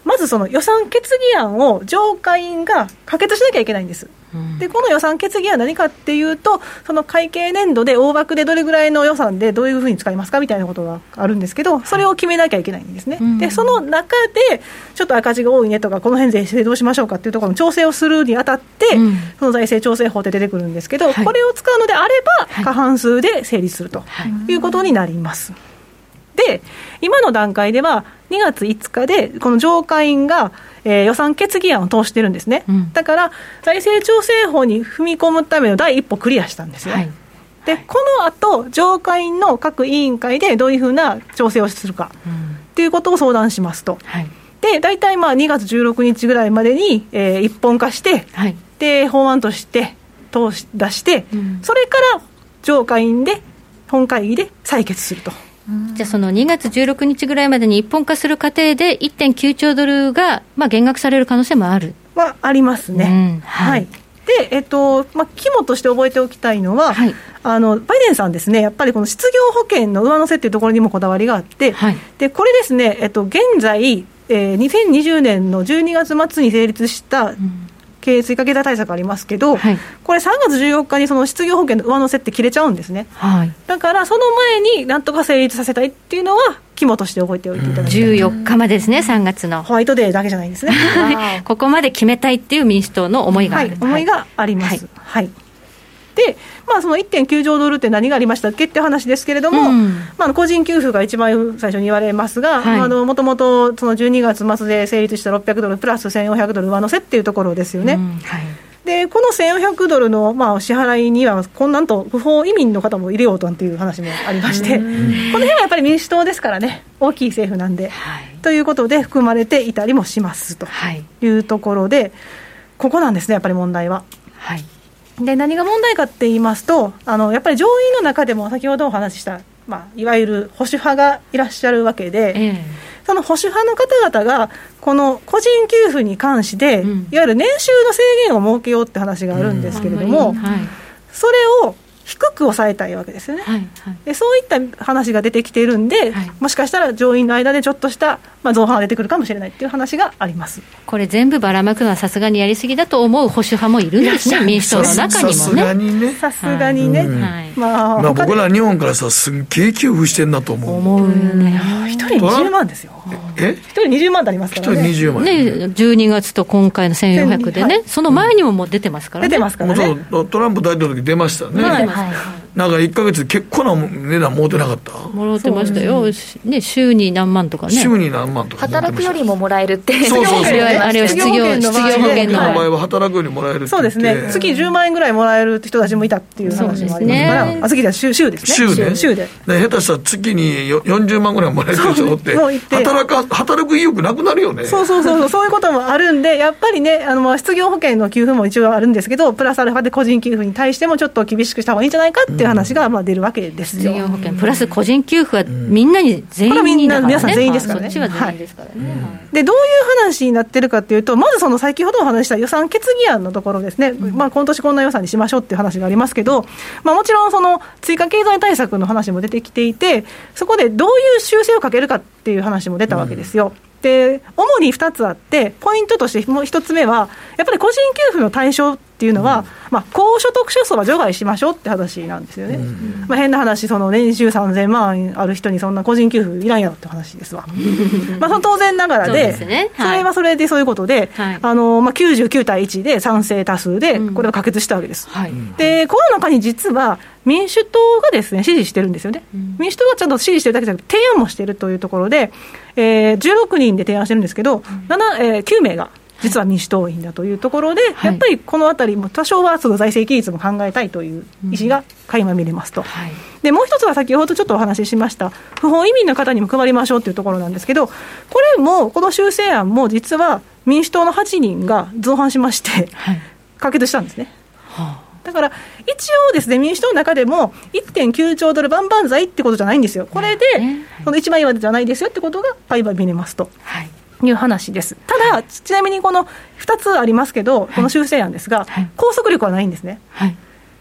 まずその予算決議案を上下院が可決しなきゃいけないんです。でこの予算決議案は何かっていうと、その会計年度で大枠でどれぐらいの予算でどういうふうに使いますかみたいなことがあるんですけど、それを決めなきゃいけないんですね。でその中でちょっと赤字が多いねとか、この辺税制どうしましょうかっていうところの調整をするにあたって、その財政調整法って出てくるんですけど、これを使うのであれば過半数で成立するということになります。で今の段階では2月5日でこの上下院が予算決議案を通してるんですね。だから財政調整法に踏み込むための第一歩クリアしたんですよ。でこの後上下院の各委員会でどういうふうな調整をするかということを相談しますと。で大体まあ2月16日ぐらいまでに一本化して、で法案として出して、それから上下院で本会議で採決すると。 じゃあその2月16日ぐらいまでに一本化する過程で 1.9 兆ドルがまあ減額される可能性もあるはありますね。で肝として覚えておきたいのは、バイデンさんですね、やっぱりこの失業保険の上乗せっていうところにもこだわりがあって、でこれですね、現在、2020年の12月末に成立した経営追加経済対策ありますけど、これ3月14日にその失業保険の上乗せって切れちゃうんですね。だからその前になんとか成立させたいっていうのは肝として覚えておいていただきたい。 14日までですね、3月のホワイトデーだけじゃないんですね。 ここまで決めたいっていう民主党の思いがある、 思いがあります。でその 1.9 兆ドルって何がありましたっけって話ですけれども、個人給付が一番最初に言われますが、もともとその12月末で成立した600ドルプラス1400ドル上乗せっていうところですよね。でこの1400ドルの支払いにはこんなんと不法移民の方も入れようとっていう話もありまして、この辺はやっぱり民主党ですからね、大きい政府なんで、ということで含まれていたりもしますというところで、ここなんですね、やっぱり問題は。で何が問題かって言いますと、やっぱり上院の中でも先ほどお話しした、いわゆる保守派がいらっしゃるわけで、その保守派の方々がこの個人給付に関して、いわゆる年収の制限を設けようって話があるんですけれども、それを低く抑えたいわけですよね。でそういった話が出てきているんで、もしかしたら上院の間でちょっとした増版が出てくるかもしれないっていう話があります。 これ全部ばらまくのはさすがにやりすぎだと思う保守派もいるんですね、民主党の中にもね。 さすがにね、 僕ら日本からさすっげえ給付してんなと思うよね。 1人20万ですよ。1人20万ってありますからね。 1人20万ね、12月と今回の1400でね、その前にももう出てますからね。 出てますからね。 トランプ大統領の時出ましたね。なんか1ヶ月で結構な値段もうてなかった。 もらってましたよ、ね、週に何万とかね。 週に何万とか働くよりももらえるって。 そうあれは失業保険の場合は働くよりもらえるって。 そうですね、月10万円ぐらいもらえる人たちもいたっていう話もありますから、月で週ですね。週で下手したら月に40万ぐらいもらえる人って働く意欲なくなるよね。 そういうこともあるんで、やっぱりね、失業保険の給付も一応あるんですけど、プラスアルファで個人給付に対してもちょっと厳しくした方がいいんじゃないかっていう話が出るわけですよ。 失業保険プラス個人給付はみんなに全員にだからね。 皆さん全員ですからね。 そっちは全員ですからね。 でどういう話になってるかっていうと、まずその先ほどお話した予算決議案のところですね、今年こんな予算にしましょうっていう話がありますけど、もちろんその追加経済対策の話も出てきていて、そこでどういう修正をかけるかっていう話も出たわけですよ。で主に2つあって、ポイントとしてもう1つ目はやっぱり個人給付の対象っていうのは、高所得者層は除外しましょうって話なんですよね。変な話、その年収3000万ある人にそんな個人給付いらんやろって話ですわ。その当然ながらで、それはそれでそういうことで、99対1で賛成多数でこれを可決したわけです。でこの中に実は民主党がですね支持してるんですよね。民主党はちゃんと支持してるだけじゃなくて提案もしてるというところで、16人で提案してるんですけど、9名が実は民主党員だというところで、やっぱりこのあたりも多少はその財政規律も考えたいという意思が垣間見れますと。でもう一つは先ほどちょっとお話ししました不法移民の方にも配りましょうというところなんですけど、これもこの修正案も実は民主党の8人が造反しまして可決したんですね。だから一応ですね、民主党の中でも 1.9 兆ドル万々歳ってことじゃないんですよ。これでこの1万円じゃないですよってことが垣間見れますという話です。ただちなみにこの2つありますけど、この修正案ですが、拘束力はないんですね。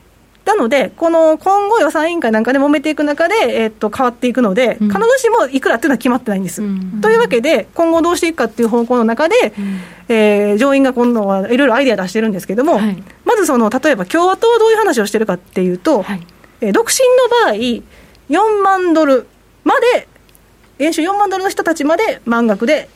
なので、この今後予算委員会なんかで揉めていく中で、変わっていくので、必ずしもいくらっていうのは決まってないんです。というわけで、今後どうしていくかっていう方向の中で、上院が今度はいろいろアイデア出してるんですけども、まず例えば共和党はどういう話をしてるかっていうと、独身の場合、4万ドルまで、年収4万ドルの人たちまで満額で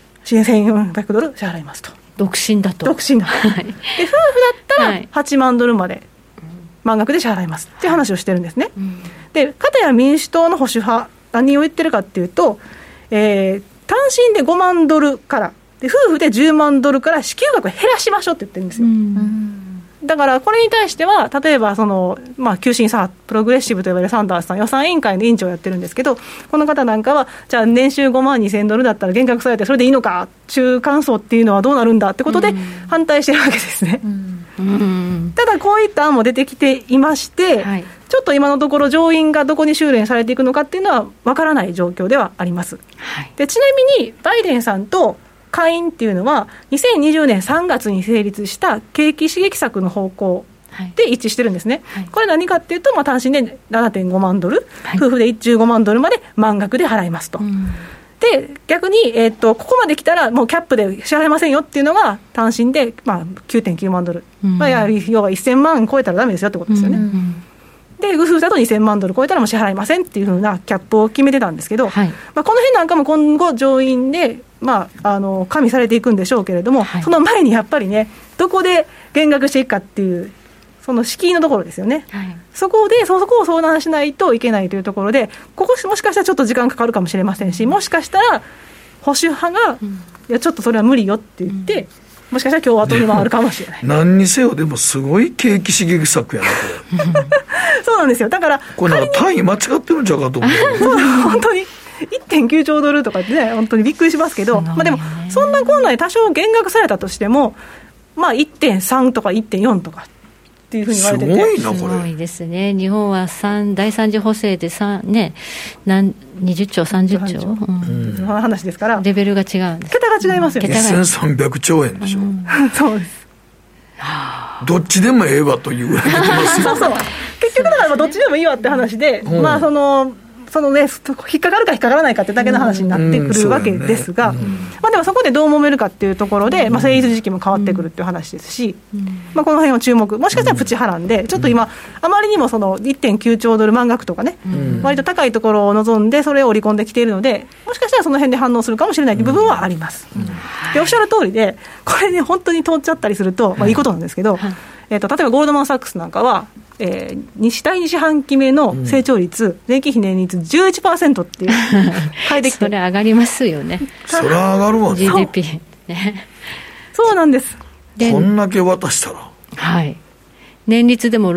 1400ドル支払いますと。 独身だと。 で夫婦だったら8万ドルまで満額で支払いますっていう話をしてるんですね。で、片や民主党の保守派、何を言ってるかっていうと、単身で5万ドルからで夫婦で10万ドルから支給額を減らしましょうって言ってるんですよ。だからこれに対しては、例えば急進左派プログレッシブと呼ばれるサンダースさん、予算委員会の委員長をやってるんですけど、この方なんかは、じゃあ年収5万2000ドルだったら減額されてそれでいいのか、中間層っていうのはどうなるんだってことで反対してるわけですね。ただこういった案も出てきていまして、ちょっと今のところ上院がどこに収斂されていくのかっていうのは分からない状況ではあります。で、ちなみにバイデンさんと下院っていうのは2020年3月に成立した景気刺激策の方向で一致してるんですね。これ何かっていうと、単身で 7.5 万ドル、夫婦で15万ドルまで満額で払いますと。で、逆に、ここまで来たらもうキャップで支払いませんよっていうのが単身で、9.9 万ドル、やはり要は1000万超えたらダメですよってことですよね。で、夫婦だと2000万ドル超えたらもう支払いませんっていう風なキャップを決めてたんですけど、この辺なんかも今後上院で加味されていくんでしょうけれども、その前にやっぱりね、どこで減額していくかっていうその敷居のところですよね。そこを相談しないといけないというところで、ここもしかしたらちょっと時間かかるかもしれませんし、もしかしたら保守派が、いやちょっとそれは無理よって言って、もしかしたら共和党に回るかもしれない。 何にせよでもすごい景気刺激策やなこれ。 そうなんですよ。だからこれなんか単位間違ってるんちゃうかと思う。 本当に1.9 兆ドルとかってね、本当にびっくりしますけど、でもそんなこんなに多少減額されたとしても、1.3 とか 1.4 とかっていうふうに言われてて、 すごいなこれ。 すごいですね。日本は第三次補正で20兆30兆、 その話ですからレベルが違うんです。 桁が違いますよね。 1300兆円でしょ。 そうです。 どっちでもええわというぐらい出てますよ。 結局だからどっちでもいいわって話で、そのね、引っかかるか引っかからないかってだけの話になってくるわけですが、でもそこでどう揉めるかっていうところで、成立時期も変わってくるっていう話ですし、この辺を注目、もしかしたらプチ波乱で、ちょっと今あまりにもその 1.9 兆ドル満額とかね、割と高いところを望んでそれを織り込んできているので、もしかしたらその辺で反応するかもしれないという部分はあります。でおっしゃる通りで、これね本当に通っちゃったりすると、いいことなんですけど、例えばゴールドマン・サックスなんかは、第2四半期目の成長率、前期比年率 11% っていう変えてきてそれ上がりますよね。 それは上がるわね。 GDP ね。 そうなんです。 こんだけ渡したら、 年率でも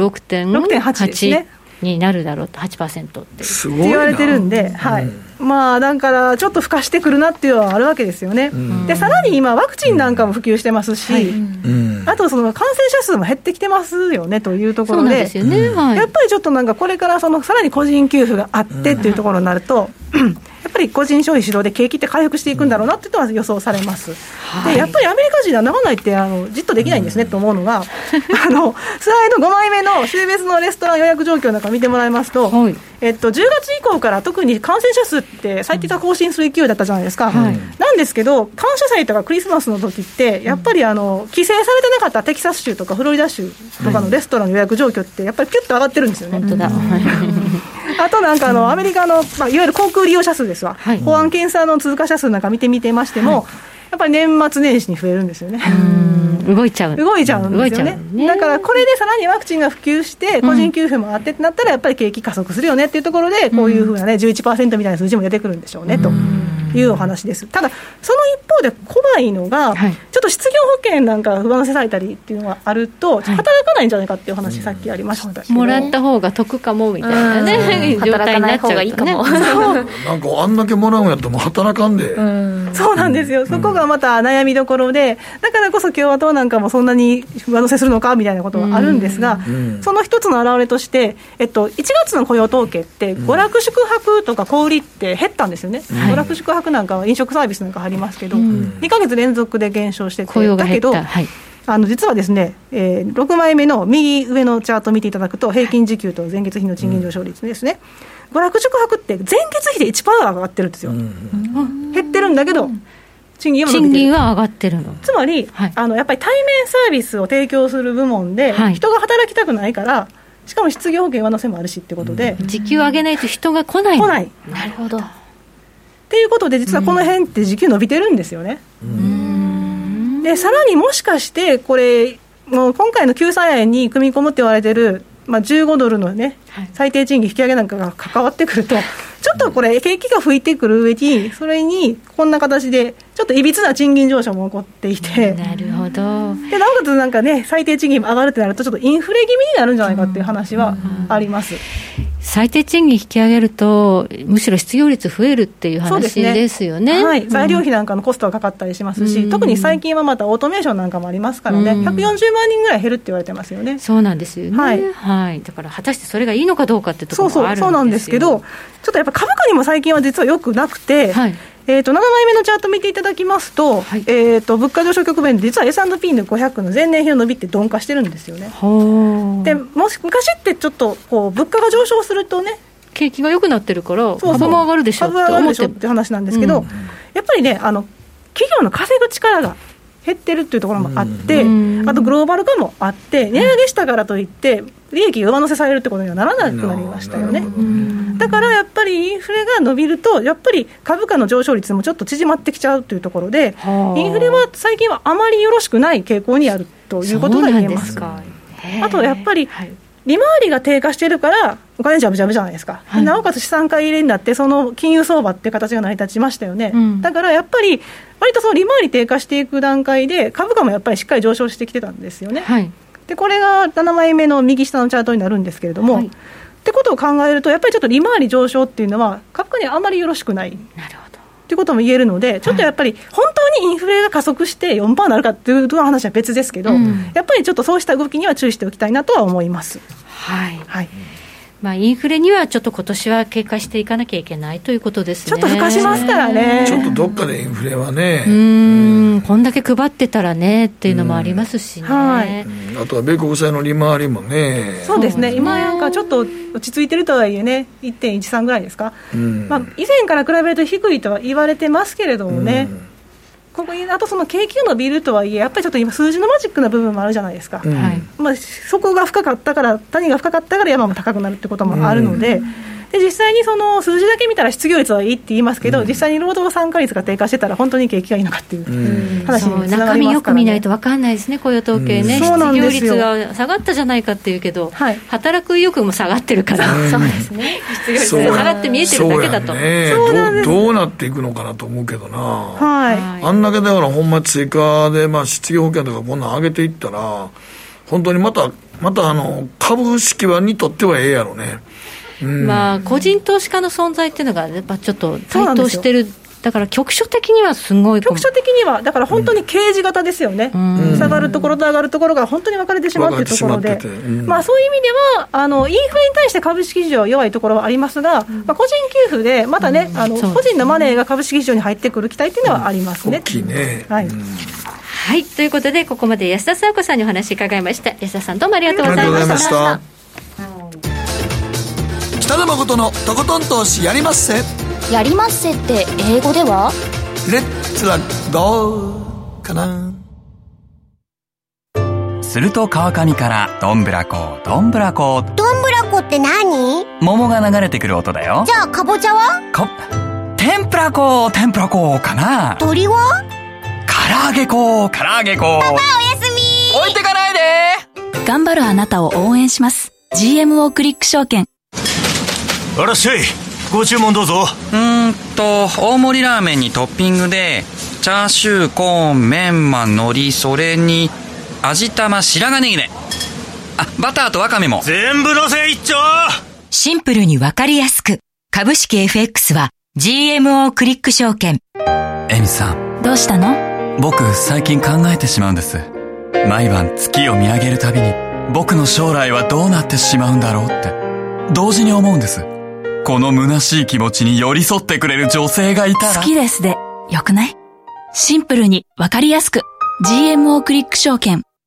6.8 ですねになるだろうと、 8% ってすごいな言われてるんで、だからちょっと付加してくるなっていうのはあるわけですよね。でさらに今ワクチンなんかも普及してますし、あとその感染者数も減ってきてますよねというところ で、やっぱりちょっとなんかこれからさらに個人給付があってっていうところになると、やっぱり個人消費主導で景気って回復していくんだろうなっていうのは予想されます。でやっぱりアメリカ人は長ないってじっとできないんですねと思うのが、スライド5枚目の週別のレストラン予約状況なんか見てもらいますと、10月以降から特に感染者数って最低が更新する勢いだったじゃないですか。なんですけど感謝祭とかクリスマスの時ってやっぱり規制されてなかったテキサス州とかフロリダ州とかのレストランの予約状況ってやっぱりキュッと上がってるんですよね。 本当だ。 あとなんかアメリカの、いわゆる航空利用者数ですわ、保安検査の通過者数なんか見てみてましても、やっぱり年末年始に増えるんですよね。 動いちゃうんですよね。 だからこれでさらにワクチンが普及して個人給付もあってってなったらやっぱり景気加速するよねっていうところで、こういうふうなね 11% みたいな数字も出てくるんでしょうねというお話です。ただその一方で怖いのが、ちょっと失業保険なんか上乗せされたりっていうのがあると働かないんじゃないかっていう話さっきありましたけど、 もらった方が得かもみたいなね状態になっちゃうとね。 なんかあんだけもらうんやったらもう働かんで、 そうなんですよ。そこがまた悩みどころで、だからこそ共和党なんかもそんなに上乗せするのかみたいなことがあるんですが、その一つの表れとして、1月の雇用統計って娯楽宿泊とか小売りって減ったんですよね。娯楽宿泊なんかは飲食サービスなんかありますけど、2ヶ月連続で減少してて、 雇用が減った。 だけど実はですね、6枚目の右上のチャートを見ていただくと、平均時給と前月比の賃金上昇率ですね、娯楽宿泊って前月比で 1% 上がってるんですよ、減ってるんだけど賃金は上がってるの。 つまり、やっぱり対面サービスを提供する部門で、人が働きたくないから、しかも失業保険上乗せもあるしってことで、 時給上げないと人が来ない。 なるほど。 っていうことで、実はこの辺って時給伸びてるんですよね。でさらにもしかしてこれもう今回の救済案に組み込むって言われてる、15ドルのね、最低賃金引き上げなんかが関わってくると、ちょっとこれ景気が吹いてくる上に、それにこんな形でちょっといびつな賃金上昇も起こっていて、 なるほど。 でなおかつなんかね、最低賃金も上がるってなるとちょっとインフレ気味になるんじゃないかっていう話はあります。 最低賃金引き上げるとむしろ失業率増えるっていう話ですよね。 はい、材料費なんかのコストがかかったりしますし、特に最近はまたオートメーションなんかもありますからね、140万人ぐらい減るって言われてますよね。 そうなんですよね。はい、だから果たしてそれがいいのかどうかってところもあるんですよ。 そうなんですけど、ちょっとやっぱ株価にも最近は実は良くなくて、7枚目のチャート見ていただきますと、物価上昇局面で実は S&P の500の前年比の伸びって鈍化してるんですよね。で昔ってちょっとこう物価が上昇するとね、 景気が良くなってるから株も上がるでしょって思ってるって話なんですけど、やっぱりね、企業の稼ぐ力が減ってるっていうところもあって、あとグローバル化もあって、値上げしたからといって利益が上乗せされるってことにはならなくなりましたよね。だからやっぱりインフレが伸びると、やっぱり株価の上昇率もちょっと縮まってきちゃうというところで、インフレは最近はあまりよろしくない傾向にあるということが言えます。あとやっぱり利回りが低下してるからお金ジャブジャブじゃないですか、なおかつ資産買い入れになってその金融相場っていう形が成り立ちましたよね、だからやっぱり割とその利回り低下していく段階で株価もやっぱりしっかり上昇してきてたんですよね、でこれが7枚目の右下のチャートになるんですけれども、ってことを考えるとやっぱりちょっと利回り上昇っていうのは株価にはあまりよろしくない。 なるほどということも言えるので、ちょっとやっぱり本当にインフレが加速して 4% になるかっていう話は別ですけど、やっぱりちょっとそうした動きには注意しておきたいなとは思います。 インフレにはちょっと今年は警戒していかなきゃいけないということですね。 ちょっとふかしますからね。 ちょっとどっかでインフレはね、 こんだけ配ってたらねっていうのもありますしね、 あとは米国債の利回りもね。 そうですね、今なんかちょっと落ち着いてるとはいえね、 1.13 ぐらいですか、以前から比べると低いとは言われてますけれどもね、ここにあとその景気が伸びるとはいえ、やっぱりちょっと今数字のマジックな部分もあるじゃないですか、そこが深かったから、谷が深かったから山も高くなるってこともあるので、で実際にその数字だけ見たら失業率はいいって言いますけど、実際に労働参加率が低下してたら本当に景気がいいのかっていう話につながりますからね。 中身よく見ないと分かんないですね、雇用統計ね、失業率が下がったじゃないかっていうけど、働く意欲も下がってるから、そうですね、失業率が下がって見えてるだけだと、 どうなっていくのかなと思うけどな、あんだけだからほんま追加で、失業保険とかこんなん上げていったら本当にまた株式はにとってはええやろね。 個人投資家の存在っていうのがやっぱちょっと台頭してる。だから局所的にはすごい、 局所的にはだから本当に刑事型ですよね、下がるところと上がるところが本当に分かれてしまうというところで、そういう意味ではインフレに対して株式市場は弱いところはありますが、個人給付でまたね、個人のマネーが株式市場に入ってくる期待っていうのはありますね。 大きいね。 ということでここまで安田佐和子さんにお話伺いました。安田さんどうもありがとうございました。 北野誠のとことん投資やりまっせ。 やりまっせって英語ではレッツラゴーかな。 すると川上からどんぶらこどんぶらこ。 どんぶらこって何？ 桃が流れてくる音だよ。 じゃあかぼちゃは？ 天ぷらこ天ぷらこかな。 鳥は？ 唐揚げこ唐揚げこ。 パパおやすみ。 置いてかないで。 頑張るあなたを応援します。 GMO クリック証券。 あらっしゃい、ご注文どうぞ。 大盛りラーメンにトッピングでチャーシュー、コーン、メンマ、海苔、それに味玉、白髪ネギで、バターとワカメも全部のせ一丁。 シンプルにわかりやすく、株式 FX は GMO クリック証券。 エミさん、 どうしたの？ 僕最近考えてしまうんです。毎晩月を見上げるたびに僕の将来はどうなってしまうんだろうって同時に思うんです。この虚しい気持ちに寄り添ってくれる女性がいたら。 好きですでよくない？シンプルにわかりやすく GMO クリック証券。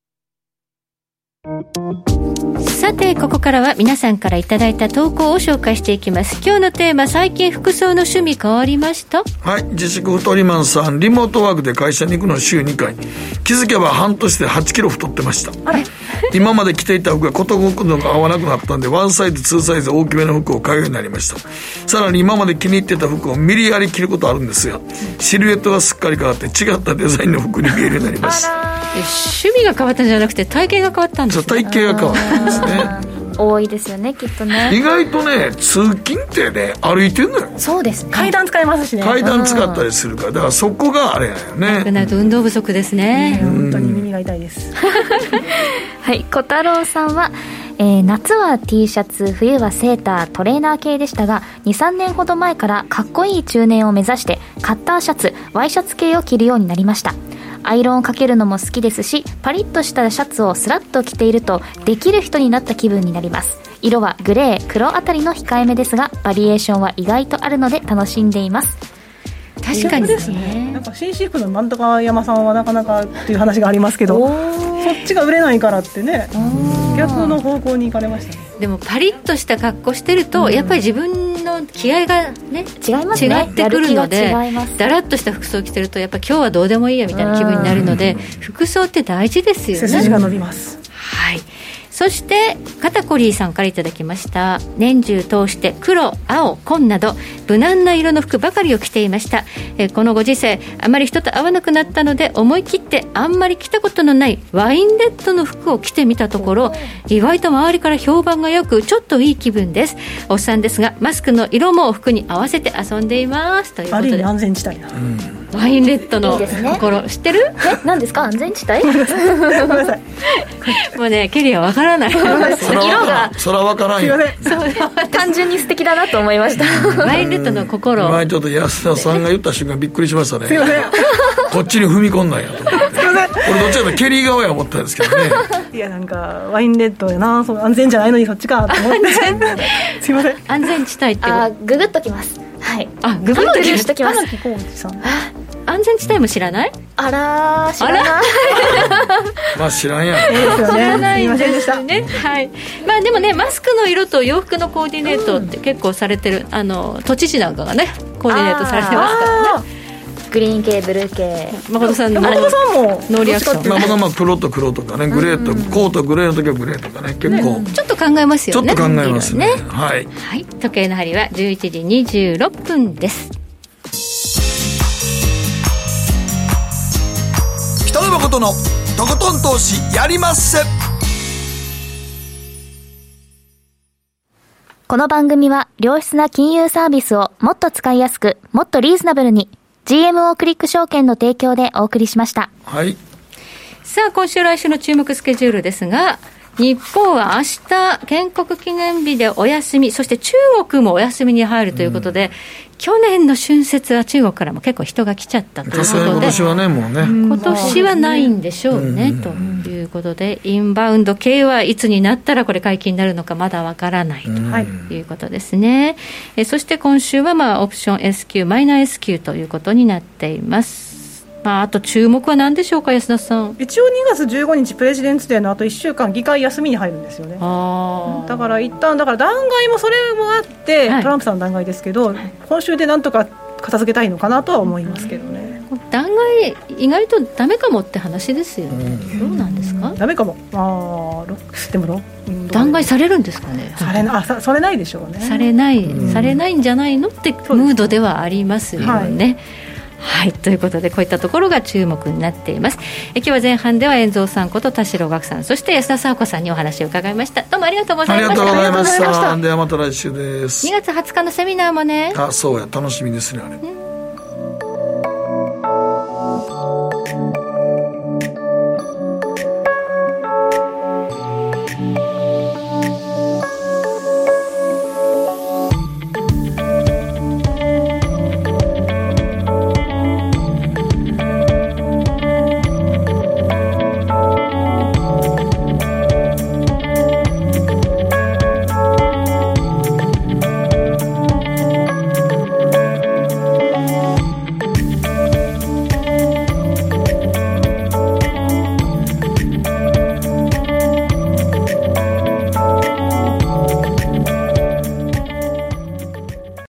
さてここからは皆さんからいただいた投稿を紹介していきます。今日のテーマ、最近服装の趣味変わりました？ はい、自粛太りマンさん、リモートワークで会社に行くの週2回、気づけば半年で8キロ太ってました。今まで着ていた服がことごとくのが合わなくなったんで、ワンサイズ2サイズ大きめの服を買うようになりました。さらに今まで気に入ってた服を無理やり着ることあるんですが、シルエットがすっかり変わって違ったデザインの服に見えるようになります。 趣味が変わったんじゃなくて体型が変わったんですね。 そう、体型が変わったんですね。 多いですよね、きっとね。 意外とね、通勤ってね、歩いてんのよ。 そうですね、 階段使いますしね。 階段使ったりするから、だからそこがあれやよね。 なくなると運動不足ですね。 本当に耳が痛いですはい、小太郎さんは、夏は T シャツ、冬はセーター、トレーナー系でしたが、 2,3 年ほど前からかっこいい中年を目指してカッターシャツ、ワイシャツ系を着るようになりました。アイロンをかけるのも好きですし、パリッとしたシャツをスラッと着ているとできる人になった気分になります。色はグレー、黒あたりの控えめですが、バリエーションは意外とあるので楽しんでいます。 確かにですね。なんか紳士服のなんとか山さんはなかなかっていう話がありますけど、そっちが売れないからってね、逆の方向に行かれましたね。 でもパリッとした格好してると、やっぱり自分の気合がね、 違いますね。 違ってくるので、 だらっとした服装を着てるとやっぱ今日はどうでもいいやみたいな気分になるので、服装って大事ですよね。 背筋が伸びます。 はい。そしてカタコリーさんからいただきました。年中通して黒、青、紺など無難な色の服ばかりを着ていました。このご時世あまり人と会わなくなったので、思い切ってあんまり着たことのないワインレッドの服を着てみたところ、意外と周りから評判が良く、ちょっといい気分です。おっさんですがマスクの色も服に合わせて遊んでいますということで。 ある意味安全地帯な、 ワインレッドの心、知ってる？ 何ですか、安全地帯？ごめんなさいもうね、ケリーは分からない。色がそら分からんよ。 単純に素敵だなと思いました。 ワインレッドの心。 前ちょっと安田さんが言った瞬間びっくりしましたね。 すいません。 こっちに踏み込んだんやと思って。 すいません。 俺どっちかというとケリー側や思ったんですけどね。 いや、なんかワインレッドやな、そう安全じゃないのにそっちかと思って。すいません。 安全地帯ってググっときます。はい。 ググっときます。 安全地帯も知らない？ あらー、知らない。 まあ知らんやん。 知らないんですね。はい。まあでもね、マスクの色と洋服のコーディネートって結構されてる、都知事なんかがねコーディネートされてますからね。 グリーン系、ブルー系。 誠さんもノーリアクション。 まあ黒と黒とかね、グレーとコートグレーの時はグレーとかね、結構ちょっと考えますよね。 ちょっと考えますね。はい。 はい。時計の針は11時26分です。 北野誠のとことん投資やりまっせ。 この番組は良質な金融サービスをもっと使いやすく、もっとリーズナブルに GMO クリック証券の提供でお送りしました。 はい。 さあ今週来週の注目スケジュールですが、日本は明日建国記念日でお休み、そして中国もお休みに入るということで、去年の春節は中国からも結構人が来ちゃったということで、 今年はね、もうね、 今年はないんでしょうね、ということで、インバウンド系はいつになったらこれ解禁になるのかまだわからないということですね。そして今週はオプション S q マイナー S q ということになっています。あと注目は何でしょうか、安田さん。 一応2月15日プレジデンツデーのあと1週間議会休みに入るんですよね。だから一旦弾劾もそれもあって、トランプさんの弾劾ですけど、今週でなんとか片付けたいのかなとは思いますけどね。 弾劾意外とダメかもって話ですよね。どうなんですか？ ダメかも。でも弾劾されるんですかね。 されないでしょうね。 されないんじゃないのってムードではありますよね。はい、ということでこういったところが注目になっています。今日は前半では遠蔵さんこと田代岳さん、そして安田佐和子さんにお話を伺いました。どうもありがとうございました。 ありがとうございました。ではまた来週です。 2月20日のセミナーもね。 そうや、楽しみですねあれ。